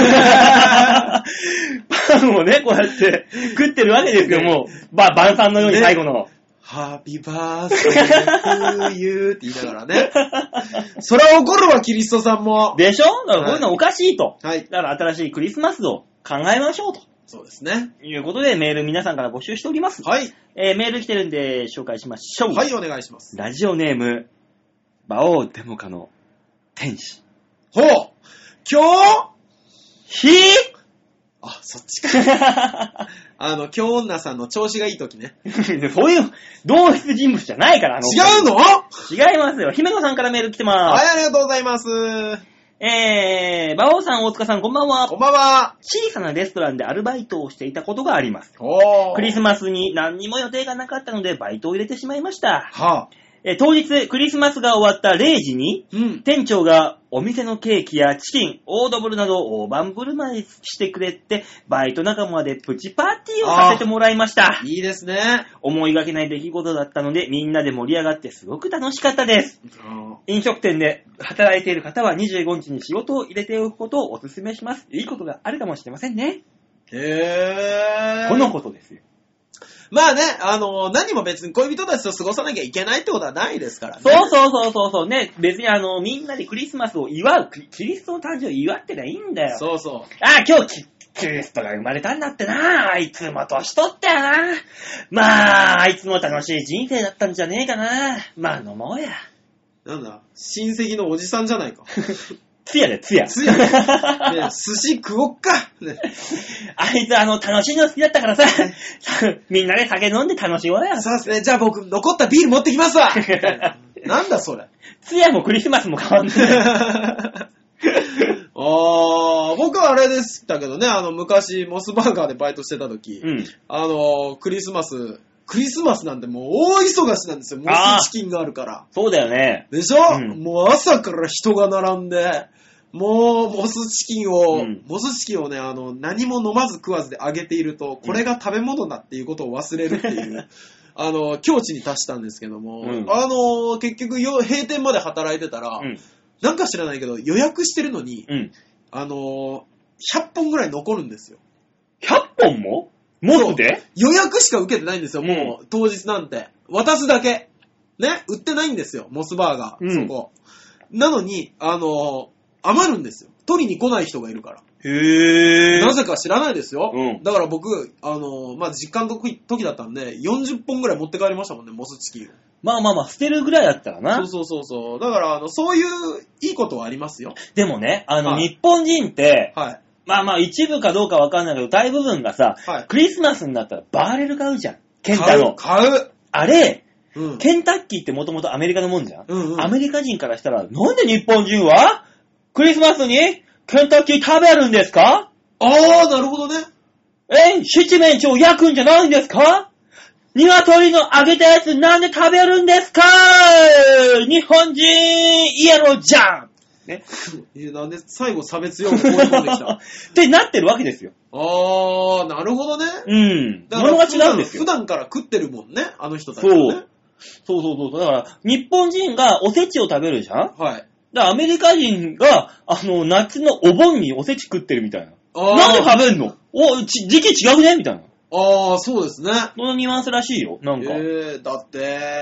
パンをね、こうやって食ってるわけですよ、もう。ば、晩餐のように最後の。 ハッピーバースデートゥーユーって言いながらね。それは怒るわ、キリストさんも。 でしょ？だからこういうのおかしいと。 はい。 だから新しいクリスマスを考えましょうと。 そうですね。 いうことでメール皆さんから募集しております。 はい。 えー、メール来てるんで紹介しましょう。 はい、お願いします。 ラジオネーム、馬王デモカの天使。 ほう！今日ひーあ、そっちか。あの、京女さんの調子がいい時ね。 そういう、同一人物じゃないから、あの。 違うの？ 違いますよ。姫野さんからメール来てます。 はい、ありがとうございます。 えー、馬王さん、大塚さん、こんばんは。 こんばんは。 小さなレストランでアルバイトをしていたことがあります。 おー。 クリスマスに何にも予定がなかったので、バイトを入れてしまいました。 はあ。 え当日、クリスマスが終わったれいじに、うん、店長がお店のケーキやチキン、オードブルなどを大盤振る舞いしてくれて、バイト仲間でプチパーティーをさせてもらいました。 いいですね。 思いがけない出来事だったので、みんなで盛り上がってすごく楽しかったです。飲食店で働いている方はにじゅうごにちに仕事を入れておくことをお勧めします。いいことがあるかもしれませんね。 へー。 このことですよ。 まあね、あのー、何も別に恋人たちと過ごさなきゃいけないってことはないですからね。 そうそうそうそうそうね。別にあの、みんなでクリスマスを祝う、キリストの誕生を祝ってりゃいいんだよ。 そうそう。 ああ、今日キ、キリストが生まれたんだってな。あいつも年取ったよな。まあ、あいつも楽しい人生だったんじゃねえかな。まあ、飲もうや。 なんだ、親戚のおじさんじゃないか。 つやで、つや。 つやで。ね、寿司食おっか。ね、 あいつ、あの、楽しいの好きだったからさ、みんなで酒飲んで楽しもうよ。 そうですね。じゃあ僕、残ったビール持ってきますわ。なんだそれ。 つやもクリスマスも変わんない。 あー、僕はあれでしたけどね、あの、昔、モスバーガーでバイトしてた時、うん、あの、クリスマス、クリスマスなんてもう大忙しなんですよ。モスチキンがあるから。 そうだよね。 でしょ、うん、もう朝から人が並んで、もう、モスチキンを、うん、モスチキンをね、あの、何も飲まず食わずで揚げていると、これが食べ物だっていうことを忘れるっていう、あの、境地に達したんですけども、うん、あの、結局、閉店まで働いてたら、うん、なんか知らないけど、予約してるのに、うん、あの、ひゃっぽんぐらい残るんですよ。 ひゃっぽんもモスで予約しか受けてないんですよ、もう、うん、当日なんて。渡すだけ。ね、売ってないんですよ、モスバーガー、うん、そこ。なのに、あの、余るんですよ。取りに来ない人がいるから。 へー。 なぜか知らないですよ。 うん、 だから僕、あの、まあ、実家の時、時だったんで、よんじゅっぽんぐらい持って帰りましたもんね、モスチキンを。 まあまあまあ、捨てるぐらいだったらな。 そうそうそうそう。だから、あの、そういういいことはありますよ。 でもね、あの、はい、日本人って、 はい。 まあまあ、一部かどうかわかんないけど、大部分がさ、 はい、 クリスマスになったらバーレル買うじゃん。ケンタの。 買う、買う。 あれ、 うん、 ケンタッキーってもともとアメリカのもんじゃん、 うんうん、 アメリカ人からしたら、なんで日本人はクリスマスにケンタッキー食べるんですか？ あー、なるほどね。 え、七面鳥焼くんじゃないんですか？鶏の揚げたやつなんで食べるんですか？日本人イエローじゃんね。 え、なんで最後差別用語放り込んできたってなってるわけですよ。 あー、なるほどね。 うん。 だから物が違うんですよ。 普段から食ってるもんね、あの人たちはね。 そう。そうそうそう。だから、日本人がおせちを食べるじゃん？ はい。 だからアメリカ人が、あの、夏のお盆におせち食ってるみたいな。 あなんで食べんの？お、ち時期違くねみたいな。 あー、そうですね。 そのニュアンスらしいよ、なんか。 えー、だって、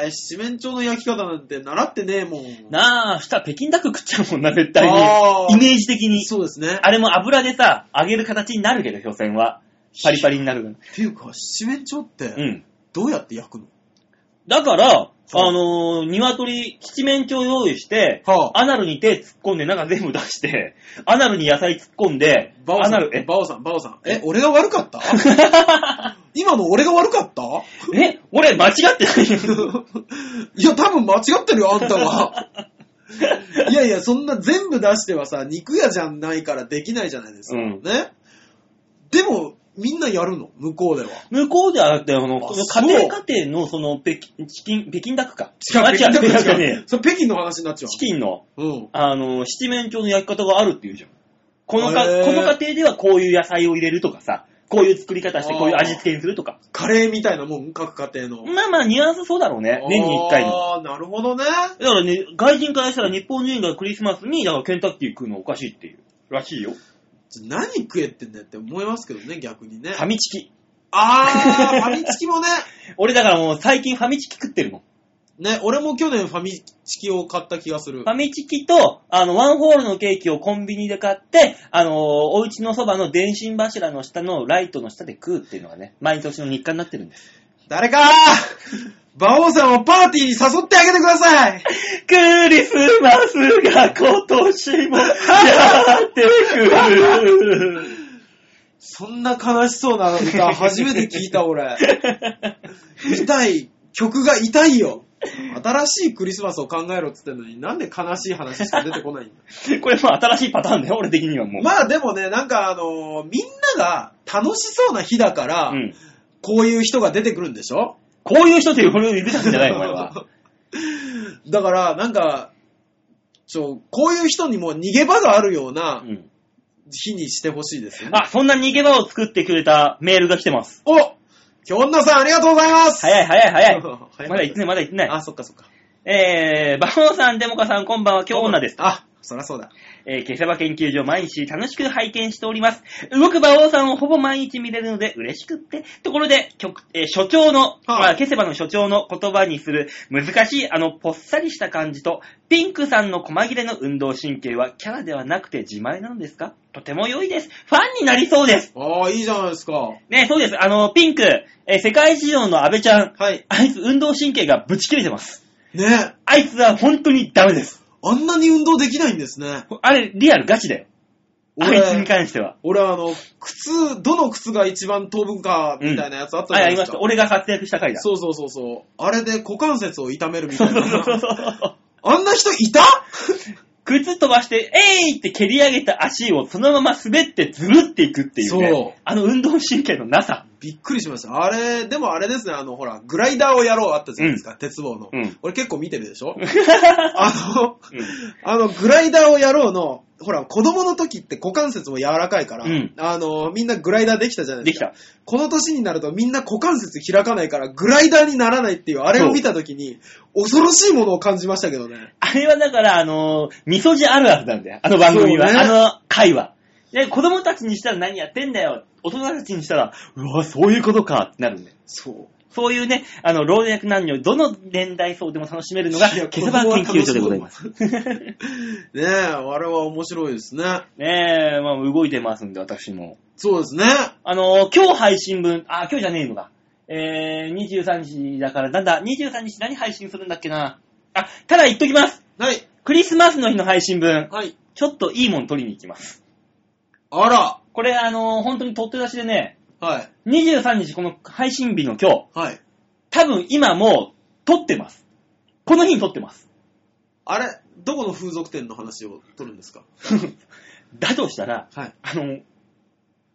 七面鳥の焼き方なんて習ってねえもん。 なあ、したら北京ダック食っちゃうもんな、絶対に。 あーイメージ的に。 そうですね。 あれも油でさ、揚げる形になるけど、所詮は。パリパリになる。 っていうか、七面鳥って、 うん。 どうやって焼くの？ だから、 はああのー、鶏、七面鳥用意して、 はあ、 アナルに手突っ込んで、中全部出して、アナルに野菜突っ込んで、 バオさん、 アナル、え、 バオさん、バオさん。え、俺が悪かった今の俺が悪かったえ、俺間違ってないよ。 いや、多分間違ってるよ、あんたは。いやいや、そんな全部出してはさ、肉屋じゃないからできないじゃないですか。 うんね。でも、みんなやるの向こうでは。 向こうではだってあの、 あこのそう家庭家庭のその北京、チキン、北京ダックか。 違う、 あ、違う、 北京違う、 ダック違うね。 それ北京の話になっちゃう。 チキンの、 うん。 あの、七面鳥の焼き方があるっていうじゃん。このか、 へーこの家庭ではこういう野菜を入れるとかさ、こういう作り方してこういう味付けにするとか。 カレーみたいなもん、各家庭の。 まあまあ、ニュアンスそうだろうね。年に一回の。 ああ、なるほどね。 だからね、外人からしたら日本人がクリスマスに、だからケンタッキー食うのおかしいっていう。らしいよ。 何食えってんだよって思いますけどね、逆にね。 ファミチキ。 あー、ファミチキもね。 俺だからもう最近ファミチキ食ってるの。 ね、俺も去年ファミチキを買った気がするフ。ァミチキと、あの、ワンホールのケーキをコンビニで買って、あのー、お家のそばの電信柱の下のライトの下で食うっていうのがね、毎年の日課になってるんです。 誰か馬王さんをパーティーに誘ってあげてください。 クリスマスが今年もやってくる。 そんな悲しそうな歌初めて聞いた俺。痛い。曲が痛いよ。新しいクリスマスを考えろって言ってんのになんで悲しい話しか出てこないんだ。 これもう新しいパターンだよ、俺的にはもう。 まあでもね、なんかあのー、みんなが楽しそうな日だから、 うん、 こういう人が出てくるんでしょ？ こういう人っていうこれを指さすんじゃないお前は。 だからなんか、ちょ、こういう人にも逃げ場があるような日にしてほしいですよね。 あ、そんな逃げ場を作ってくれたメールが来てます。 お京女さんありがとうございます。 早い早い早い。 早いまだ言ってないまだ言ってない。 あ、そっかそっか。 えー、バオさん、デモカさん、こんばんは、今日女です。 あ、そりゃそうだ。 えー、ケセバ研究所毎日楽しく拝見しております。動く馬王さんをほぼ毎日見れるので嬉しくって。ところで、局えー、所長の、 はあまあ、ケセバの所長の言葉にする難しいあのぽっさりした感じと、ピンクさんの細切れの運動神経はキャラではなくて自前なのですか？とても良いです。ファンになりそうです。 ああ、いいじゃないですか。 ね、そうです。あの、ピンク、えー、世界事情の安倍ちゃん。 はい。 あいつ運動神経がぶち切れてます。 ね。 あいつは本当にダメです。 あんなに運動できないんですね。 あれ、リアルガチだよ。あいつに関しては。 俺あの、靴、どの靴が一番飛ぶか、みたいなやつあったじゃあ、 ないですか。 やりました。俺が活躍した回だ。 そうそうそうそう。あれで股関節を痛めるみたいな。 そうそうそうあんな人いた？ 靴飛ばして、えいって蹴り上げた足をそのまま滑ってずるっていくっていうね。 そう。 あの運動神経のなさ。 びっくりしました。あれ、でもあれですね、あの、ほら、グライダーをやろうあったじゃないですか、うん、鉄棒の、 うん。 俺結構見てるでしょあの、うん、あの、グライダーをやろうの、ほら、子供の時って股関節も柔らかいから、うん、あの、みんなグライダーできたじゃないですか。 できた。 この年になるとみんな股関節開かないから、グライダーにならないっていう、あれを見た時に、恐ろしいものを感じましたけどね。 あれはだから、あの、みそじあるあるなんだよ。あの番組は。ね、あの回は。で、子供たちにしたら何やってんだよ。大人たちにしたら、うわ、そういうことかってなるんだよ。 そう。 そういうね、あの、老若男女、どの年代層でも楽しめるのが、ケセバ研究所でございます。 ねえ、あれは面白いですね。 ねえ、まあ動いてますんで、私も。 そうですね。 あの、今日配信分、あ、今日じゃねえのか。えー、にじゅうさんにちだから、なんだ、にじゅうさんにち何配信するんだっけな。あ、ただ言っときます。 はい。 クリスマスの日の配信分。 はい。 ちょっといいもん取りに行きます。 あら。 これ、あの、本当に取って出しでね、 はい。 にじゅうさんにちこの配信日の今日。 はい。 多分今もう撮ってます。この日に撮ってます。 あれどこの風俗店の話を撮るんですか？ だとしたら、 はい、 あの、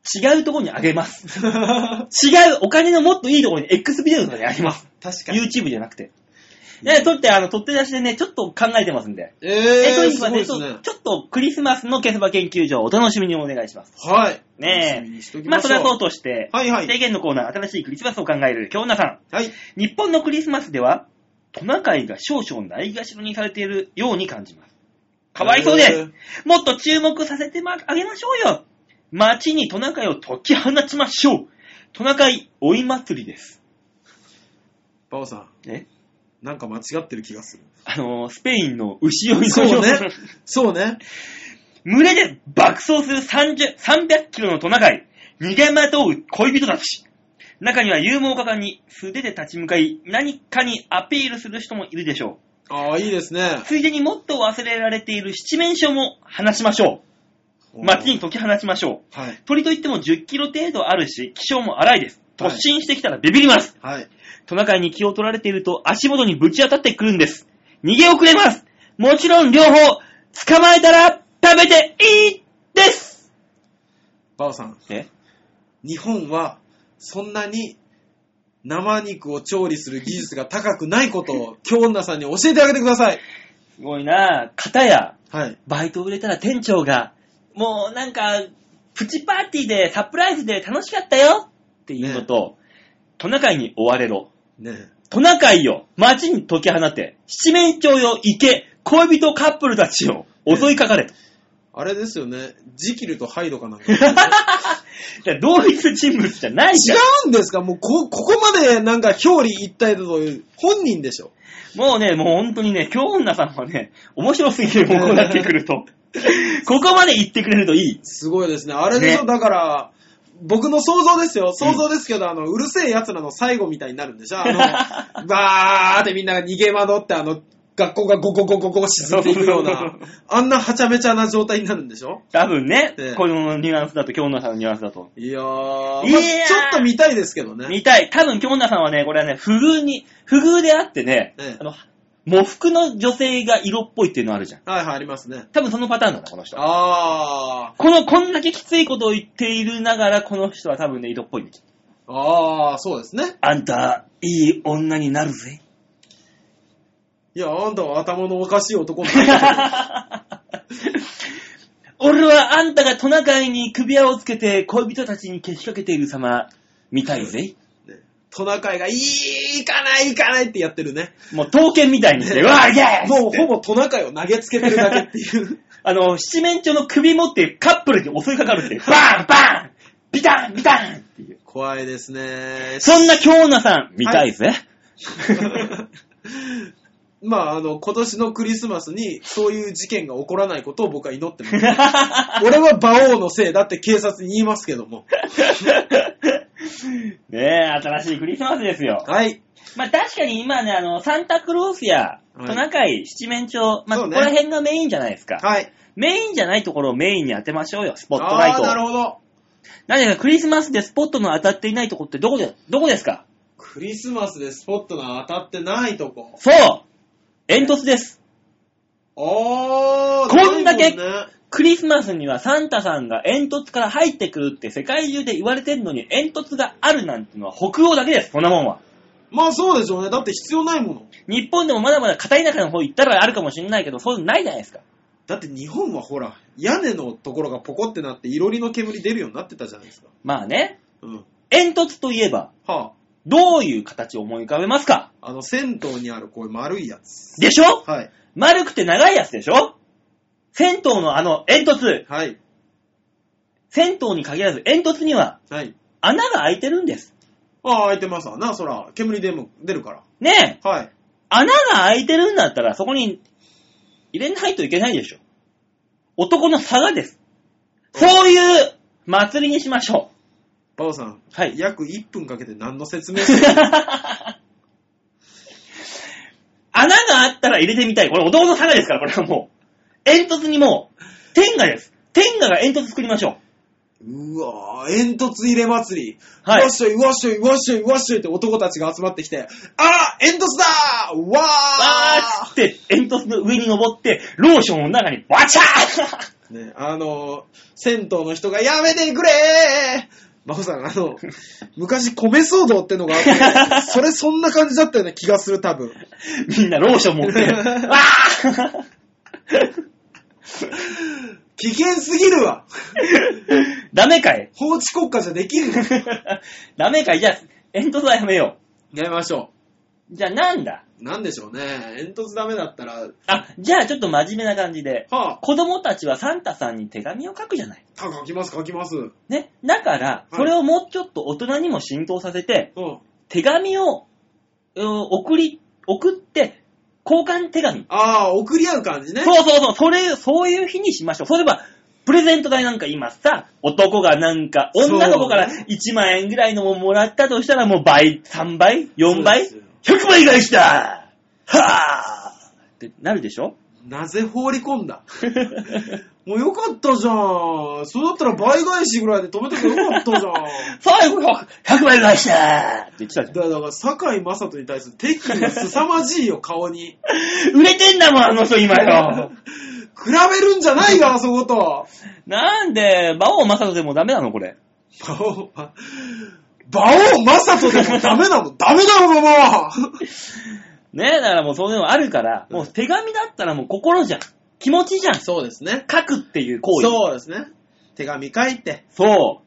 違うところにあげます。違う、お金のもっといいところに X ビデオとかにあげます。 確かに。 YouTube じゃなくて。で、撮って、あの、取って出しでね、ちょっと考えてますんで。 えー、 えとにかくね、 すごいですね。 ちょっとクリスマスのケスバ研究所をお楽しみにお願いします。 はい。 ねえ。 楽しみにしときまあ、 ましょう。 それはそうとして、 はいはい。 提言のコーナー、新しいクリスマスを考える京女さん。 はい。 日本のクリスマスでは、トナカイが少々ないがしろにされているように感じます。かわいそうです。 えー、 もっと注目させてあげましょうよ。街にトナカイを解き放ちましょう。トナカイ追い祭りです。 バオさん。 えなんか間違ってる気がする。 あのー、スペインの牛追いのそうね。そうね。 群れで爆走するさんびゃくキロのトナカイ。逃げまとう恋人たち。中には勇猛果敢に素手で立ち向かい、何かにアピールする人もいるでしょう。ああ、いいですね。 ついでにもっと忘れられている七面鳥も話しましょう。街に解き放ちましょう。はい、鳥といってもじゅっキロ程度あるし、気性も荒いです。突進してきたらビビります。はい。トナカイに気を取られていると足元にぶち当たってくるんです。逃げ遅れます。もちろん両方、捕まえたら食べていいです。 バオさん。 え？ 日本はそんなに生肉を調理する技術が高くないことを京女さんに教えてあげてください。 すごいなぁ。片や、 はい、 バイト売れたら店長が、もうなんか、プチパーティーでサプライズで楽しかったよっていうのと、ね、トナカイに追われろ。ね、トナカイよ、街に解き放て、七面鳥よ、行け、恋人カップルたちを襲いかかれと。ね、 あれですよね、ジキルとハイドかなんか。 じゃ同一人物じゃないじゃん。 違うんですか？もうこ、ここまでなんか表裏一体だという本人でしょ。 もうね、もう本当にね、京女さんはね、面白すぎるもこうなってくると。ここまで言ってくれるといい。 すごいですね。あれでしょ、ね、だから、僕の想像ですよ。想像ですけど、うん、あの、うるせえ奴らの最後みたいになるんでしょ。あの、バーってみんなが逃げ惑って、あの、学校がゴゴゴゴゴ沈んでいくような、あんなはちゃめちゃな状態になるんでしょ。 多分ね、このニュアンスだと、京女さんのニュアンスだと。 いやー、まあ、ちょっと見たいですけどね。 見たい。多分京女さんはね、これはね、不遇に、不遇であってね、ええ、あの、喪服の女性が色っぽいっていうのあるじゃん。 はいはい、ありますね。 多分そのパターンなんだ、この人。 あー。この、こんだけきついことを言っているながら、この人は多分ね、色っぽいんです。 あー、そうですね。 あんた、いい女になるぜ。 いや、あんたは頭のおかしい男になる。 俺はあんたがトナカイに首輪をつけて恋人たちにけしかけている様、見たいぜ。 トナカイが、いいかないいかないってやってるね。 もう刀剣みたいにして、うわーイェーイもうほぼトナカイを投げつけてるだけっていう。 あの、七面鳥の首持ってカップルに襲いかかるっていう。バーンバーンビタンビタンっていう。 怖いですね。 そんな京女さん、見たいぜ。 はいまあ、あの、今年のクリスマスにそういう事件が起こらないことを僕は祈ってます。俺は馬王のせいだって警察に言いますけども。 ねえ、新しいクリスマスですよ。 はい。 まあ確かに今ね、あの、サンタクロースやトナカイ、七面鳥、まあ、ね、ここら辺がメインじゃないですか。はい。メインじゃないところをメインに当てましょうよ、スポットライトを。 ああ、なるほど。 何かクリスマスでスポットの当たっていないとこってどこで、どこですか？ クリスマスでスポットの当たってないとこ。 そう煙突です。 あー、 こんだけクリスマスにはサンタさんが煙突から入ってくるって世界中で言われてるのに煙突があるなんてのは北欧だけです、そんなもんは。 まあそうでしょうね。だって必要ないもの。 日本でもまだまだ片田舎の方行ったらあるかもしれないけど、そういうのないじゃないですか。 だって日本はほら、屋根のところがポコってなっていろりの煙出るようになってたじゃないですか。 まあね。うん。煙突といえば、はあ、どういう形を思い浮かべますか？ あの、銭湯にあるこういう丸いやつ。 でしょ？ はい。 丸くて長いやつでしょ？銭湯のあの煙突。 はい。 銭湯に限らず煙突には、はい。穴が開いてるんです。 ああ、開いてますわな、そら。煙出る、出るから。 ねえ。 はい。 穴が開いてるんだったら、そこに入れないといけないでしょ。男の差がです。そういう祭りにしましょう。 バオさん、 はい。 約いっぷんかけて何の説明する穴があったら入れてみたい。これ男の差がですから、これはもう。煙突にもう、天下です。天下が煙突作りましょう。うわぁ、煙突入れ祭り。 はい。 わっしょい、わっしょい、わっしょい、わっしょいって男たちが集まってきて、あー煙突だーわーわーっつって煙突の上に登って、ローションを中にバチャーね、あの、銭湯の人がやめてくれーマホさん、あの、昔米騒動ってのがあって、それそんな感じだったような気がする、多分。 みんなローション持って。わー危険すぎるわ。 ダメかい法治国家じゃできるのダメかいじゃあ、煙突はやめよやめましょう。じゃあなんだう。なんでしょうね。煙突ダメだったら、 あ、じゃあちょっと真面目な感じで。 はあ、 子供たちはサンタさんに手紙を書くじゃない。 書きます、書きます。 ね。だから、それをもうちょっと大人にも浸透させて、 うん。 手紙を、うん、送り、送って、交換手紙。 ああ、送り合う感じね。 そうそうそう、それ、そういう日にしましょう。そういえば、プレゼント代なんか今さ、男がなんか、女の子からいちまん円ぐらいのももらったとしたらもう倍、さんばい ?よん 倍 ?ひゃく 倍返しだはぁってなるでしょなぜ放り込んだもうよかったじゃん。そうだったら倍返しぐらいで止めとけばよかったじゃん。 最後ひゃくばい返しだって言ってたじゃん。 だから、だから堺雅人に対する敵意が凄まじいよ、顔に。 売れてんだもん、あの人今よ。 比べるんじゃないよ、あそこと。 なんで、馬王正人でもダメなのこれ。 馬王、馬王正人でもダメなのダメだろ、もうねえ、だからもうそういうのあるから、もう手紙だったらもう心じゃん。気持ちじゃん。 そうですね。 書くっていう行為。 そうですね。手紙書いて。 そう。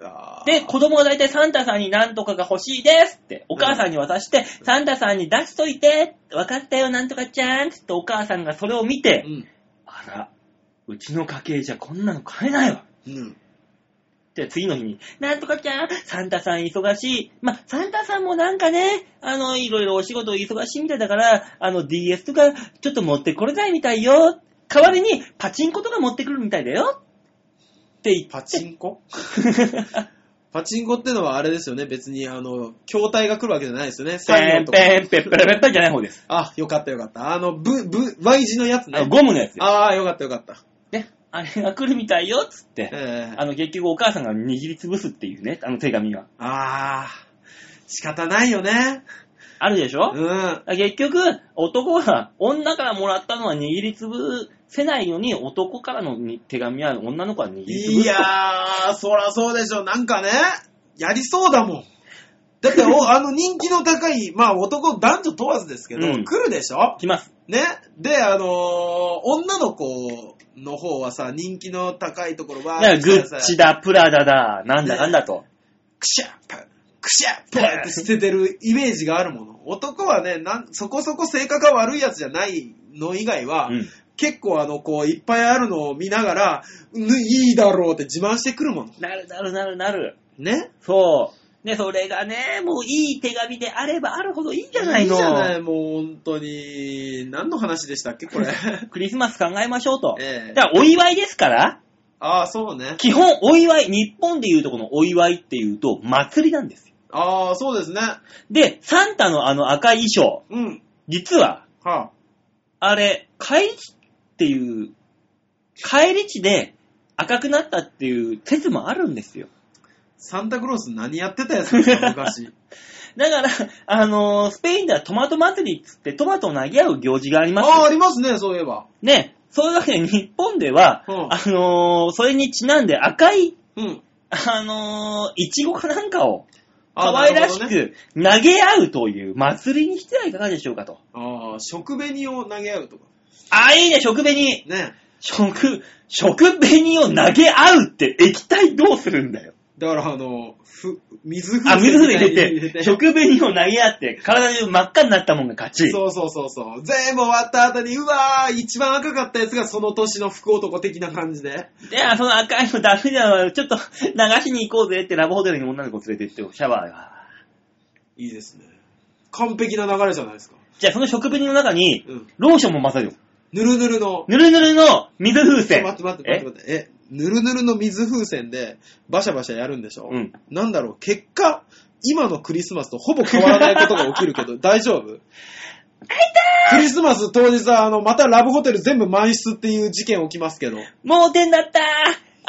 あで、子供が大体サンタさんに何とかが欲しいですって、お母さんに渡して、うん、サンタさんに出しといて、分かったよ、なんとかちゃんってお母さんがそれを見て、うん、あら、うちの家計じゃこんなの買えないわ。うん。で、次の日に、なんとかちゃん、サンタさん忙しい。ま、サンタさんもなんかね、あの、いろいろお仕事忙しいみたいだから、あの、ディーエス とかちょっと持ってこれないみたいよ。代わりに、パチンコとか持ってくるみたいだよ。って言って。 パチンコパチンコってのはあれですよね。別に、あの、筐体が来るわけじゃないですよね。 ペンペンペッペラペッパじゃない方です。 あ、よかったよかった。あの、ブ、ブ、Y 字のやつね。 あのゴムのやつです。 ああ、よかったよかった。 ね。あれが来るみたいよ、つって。 えー、 あの、結局お母さんが握りつぶすっていうね、あの手紙が。 ああ、仕方ないよね。 あるでしょ？ うん。 結局、男は、女からもらったのは握りつぶせないのに、男からの手紙は女の子は握りつぶす。 いやー、そらそうでしょ。なんかね、やりそうだもん。だってお、あの人気の高い、まあ男、男女問わずですけど、うん、来るでしょ？ 来ます。 ね。で、あのー、女の子の方はさ、人気の高いところは、 グッチだ、プラダだ、なんだなんだと。 クシャッパクシャッパって捨ててるイメージがあるもの。男はね、なんそこそこ性格が悪いやつじゃないの以外は、うん、結構あの、こう、いっぱいあるのを見ながら、いいだろうって自慢してくるもの。 なるなるなるなる。 ね？ そう。ね、それがね、もういい手紙であればあるほどいいじゃないの。 いいじゃない、もう本当に。何の話でしたっけ、これ。 クリスマス考えましょうと。 ええ、 だからお祝いですから。 ああ、そうね。 基本お祝い、日本でいうとこのお祝いっていうと祭りなんですよ。 ああ、そうですね。 で、サンタのあの赤い衣装。 うん。 実は、 はあ、あれ、帰り地っていう、帰り地で赤くなったっていう説もあるんですよ。 サンタクロース何やってたやつですか、昔。 だから、あのー、スペインではトマト祭りっつってトマトを投げ合う行事があります。 ああ、ありますね、そういえば。 ね、そういうわけで日本では、うん、あのー、それにちなんで赤い、 うん、 あのー、イチゴかなんかを、可愛らしく投げ合うという祭りにしてはいかがでしょうかと。 ああ、食紅を投げ合うとか。 ああ、いいね、食紅。 ね。 食、食紅を投げ合うって液体どうするんだよ。 だからあの、ふ、水風船。あ、水風船入れて、食紅を投げ合って、体中真っ赤になったもんが勝ち。 そうそうそうそう。全部終わった後に、うわー、一番赤かったやつがその年の福男的な感じで。 いや、その赤いのダメだよ。ちょっと流しに行こうぜってラブホテルに女の子連れて行って、シャワーが。 いいですね。完璧な流れじゃないですか。 じゃあその食紅の中に、うん、ローションも混ざるよ。 ぬるぬるの。 ぬるぬるの水風船。 待って待って待って待って。えぬるぬるの水風船でバシャバシャやるんでしょ、うん、なんだろう、結果、今のクリスマスとほぼ変わらないことが起きるけど、大丈夫？クリスマス当日は、あの、またラブホテル全部満室っていう事件起きますけど。 盲点だったー。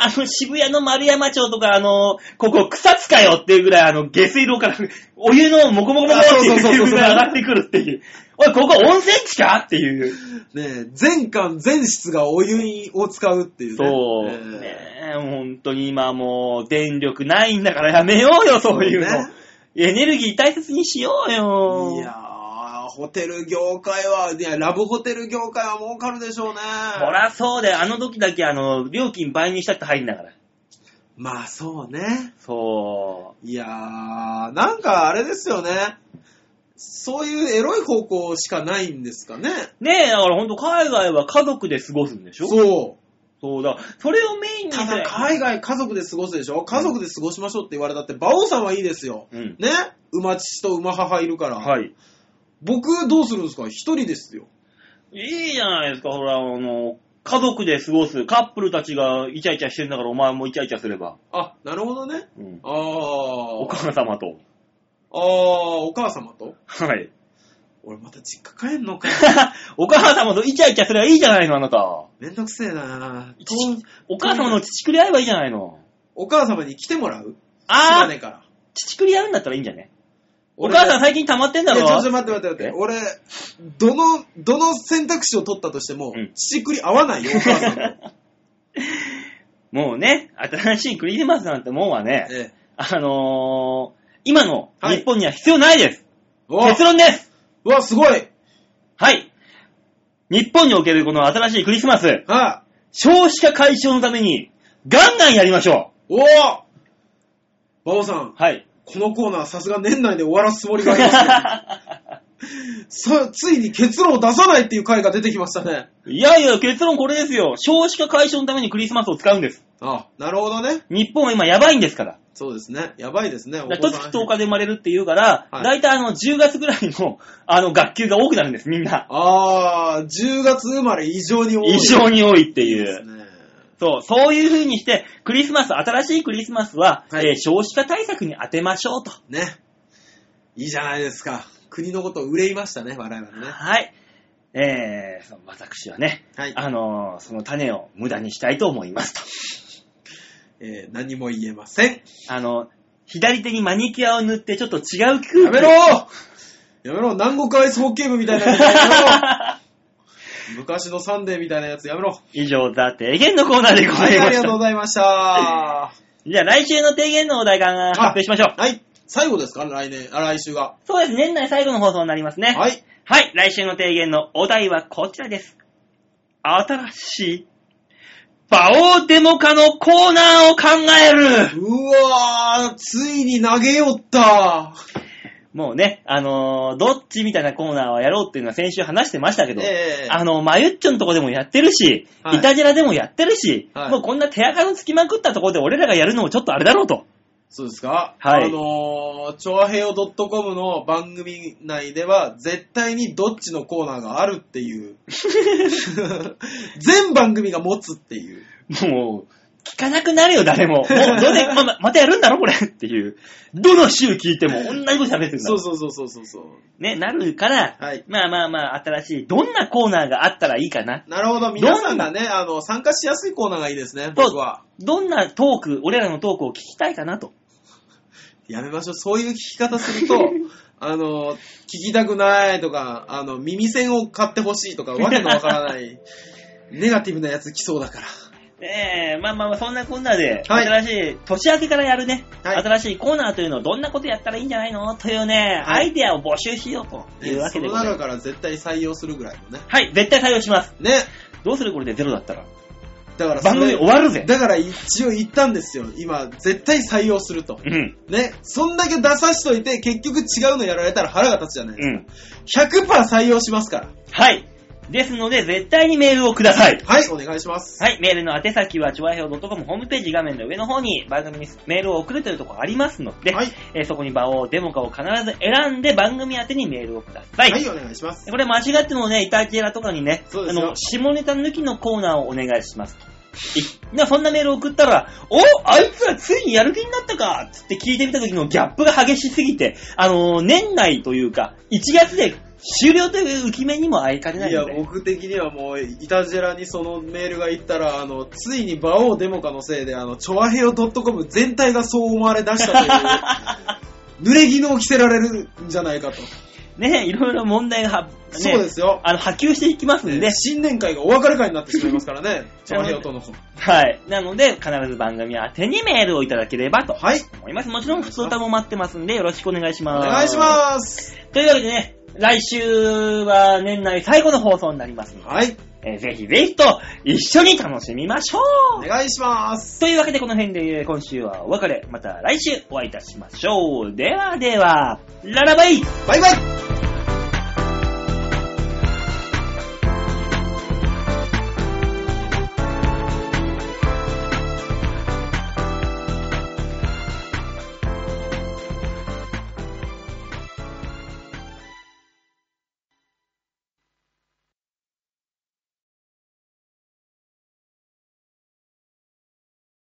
あの、渋谷の丸山町とか、あの、ここ草津かよっていうぐらい、あの、下水道からお湯のモコモコモコっていうぐらい上がってくるっていう。おい、ここ温泉地かっていう。 ねえ、全館全室がお湯を使うっていうね。 そう。 えー、 ねえ、本当に今もう電力ないんだからやめようよ、そういうの。 そうね、 エネルギー大切にしようよ。 いやー、ホテル業界は、いや、ラブホテル業界は儲かるでしょうね。 ほら、そうだよ。あの時だけ、あの、料金倍にしたって入るんだから。 まあ、そうね。 そう。 いやー、なんかあれですよね。そういうエロい方向しかないんですかね。 ねえ、だからほんと海外は家族で過ごすんでしょ？ そう。 そうだ。それをメインにただ海外家族で過ごすでしょ？家族で過ごしましょうって言われたって、馬王さんはいいですよ。うん、ね？馬父と馬母いるから。はい。僕どうするんですか？一人ですよ。 いいじゃないですか、ほら、あの、家族で過ごす、カップルたちがイチャイチャしてんだからお前もイチャイチャすれば。 あ、なるほどね。うん、ああ。 お母様と。 ああ、お母様と？ はい。 俺また実家帰んのか。 お母様とイチャイチャすればいいじゃないの、あなた。 めんどくせえな。 お母様の乳くり合えばいいじゃないの。 お母様に来てもらう？ ああ。 島根から。 乳くり合うんだったらいいんじゃね？お母さん最近溜まってんだろ？ いや、ちょっと待って待って待って。俺、どの、どの選択肢を取ったとしても、うん、乳くり合わないよ、お母さんと。 もうね、新しいクリスマスなんてもんはね、ええ、あのー、今の日本には必要ないです。はい、結論です。 うわ、すごい。 はい。日本におけるこの新しいクリスマス、 はい、 少子化解消のために、ガンガンやりましょう。おぉ！馬王さん。 はい。 このコーナーさすが年内で終わらすつもりがありますね。さ、ついに結論を出さないっていう回が出てきましたね。 いやいや、結論これですよ。少子化解消のためにクリスマスを使うんです。 あ、なるほどね。 日本は今やばいんですから。 そうですね。やばいですね。 ひとつきとおかで生まれるって言うから、はい、だいたいあのじゅうがつぐらいのあの学級が多くなるんです、みんな。 あー、じゅうがつ生まれ異常に多い。 異常に多いっていう。いいですね。 そう、そういう風にして、クリスマス、新しいクリスマスは、はい、えー、少子化対策に当てましょうと。 ね。いいじゃないですか。国のことを憂いましたね、我々ね。 はい。えー、その私はね、はい、あのー、その種を無駄にしたいと思いますと。 えー、何も言えません。 あの、左手にマニキュアを塗ってちょっと違う空気。 やめろやめろ南国アイスホッケー部みたいなやつやめろ昔のサンデーみたいなやつやめろ。 以上、ザ・提言のコーナーでございました。 はい、ありがとうございました。 じゃあ来週の提言のお題から発表しましょう。 はい。最後ですか来年、あ、来週が。 そうです。年内最後の放送になりますね。 はい。 はい。来週の提言のお題はこちらです。新しい、馬王デモカのコーナーを考える。 うわー、ついに投げよった。 もうね、あのー、どっちみたいなコーナーをやろうっていうのは先週話してましたけど、えー、あの、まゆっちょんとこでもやってるし、はい、イタジェラでもやってるし、はい、もうこんな手垢のつきまくったところで俺らがやるのもちょっとあれだろうと。 そうですか？ はい。 あのー、チョアヘヨ .com の番組内では、絶対にどっちのコーナーがあるっていう。全番組が持つっていう。 もう、聞かなくなるよ、誰も。もう、どうで、ま、またやるんだろ、これっていう。どの週聞いても同じこと喋ってるんだ。 そうそうそうそうそう。 ね、なるから、はい、まあまあまあ、新しい、どんなコーナーがあったらいいかな。 なるほど、皆さんがね、あの、参加しやすいコーナーがいいですね、僕は。 どんなトーク、俺らのトークを聞きたいかなと。 やめましょう。そういう聞き方すると、あの、聞きたくないとか、あの、耳栓を買ってほしいとか、わけのわからない、ネガティブなやつ来そうだから。 ええー、まあまあまあ、そんなこんなで、はい、新しい、年明けからやるね、はい、新しいコーナーというのをどんなことやったらいいんじゃないのというね、はい、アイデアを募集しようというわけでございます。 その中から絶対採用するぐらいのね。 はい、絶対採用します。 ね。 どうするこれでゼロだったら。 だから番組終わるぜ。 だから一応言ったんですよ。今、絶対採用すると。うん。ね。そんだけ出さしといて、結局違うのやられたら腹が立つじゃないですか。うん。ひゃくパーセント 採用しますから。 はい。ですので、絶対にメールをください。 はい、お願いします。 はい、メールの宛先は、ちょわひょう .com ホームページ画面の上の方に番組にメールを送るというところありますので、はい、えー、そこに場をデモカを必ず選んで番組宛てにメールをください。 はい、お願いします。 これ間違ってもね、イタジェラとかにね、あの、下ネタ抜きのコーナーをお願いします。いそんなメールを送ったら、おあいつらついにやる気になったかつって聞いてみた時のギャップが激しすぎて、あのー、年内というか、いちがつで終了という浮き目にも合いかねないいや、 ので。 僕的にはもう、いたじらにそのメールが行ったら、あの、ついに馬王デモカのせいで、あの、チョアヘヨ .com 全体がそう思われ出したという、濡れ衣を着せられるんじゃないかと。 ね、いろいろ問題がは、ね、 そうですよ。 あの、波及していきますんで。 新年会がお別れ会になってしまいますからね。チョアヘヨとの。 はい。なので、必ず番組宛てにメールをいただければとはい。 思います。もちろん、普通歌も待ってますんで、よろしくお願いします。 お願いします。 というわけでね、来週は年内最後の放送になりますので、 はい。 えーぜひぜひと一緒に楽しみましょう。 お願いします。 というわけでこの辺で今週はお別れ。また来週お会いいたしましょう。ではでは、ララバイバイバイ。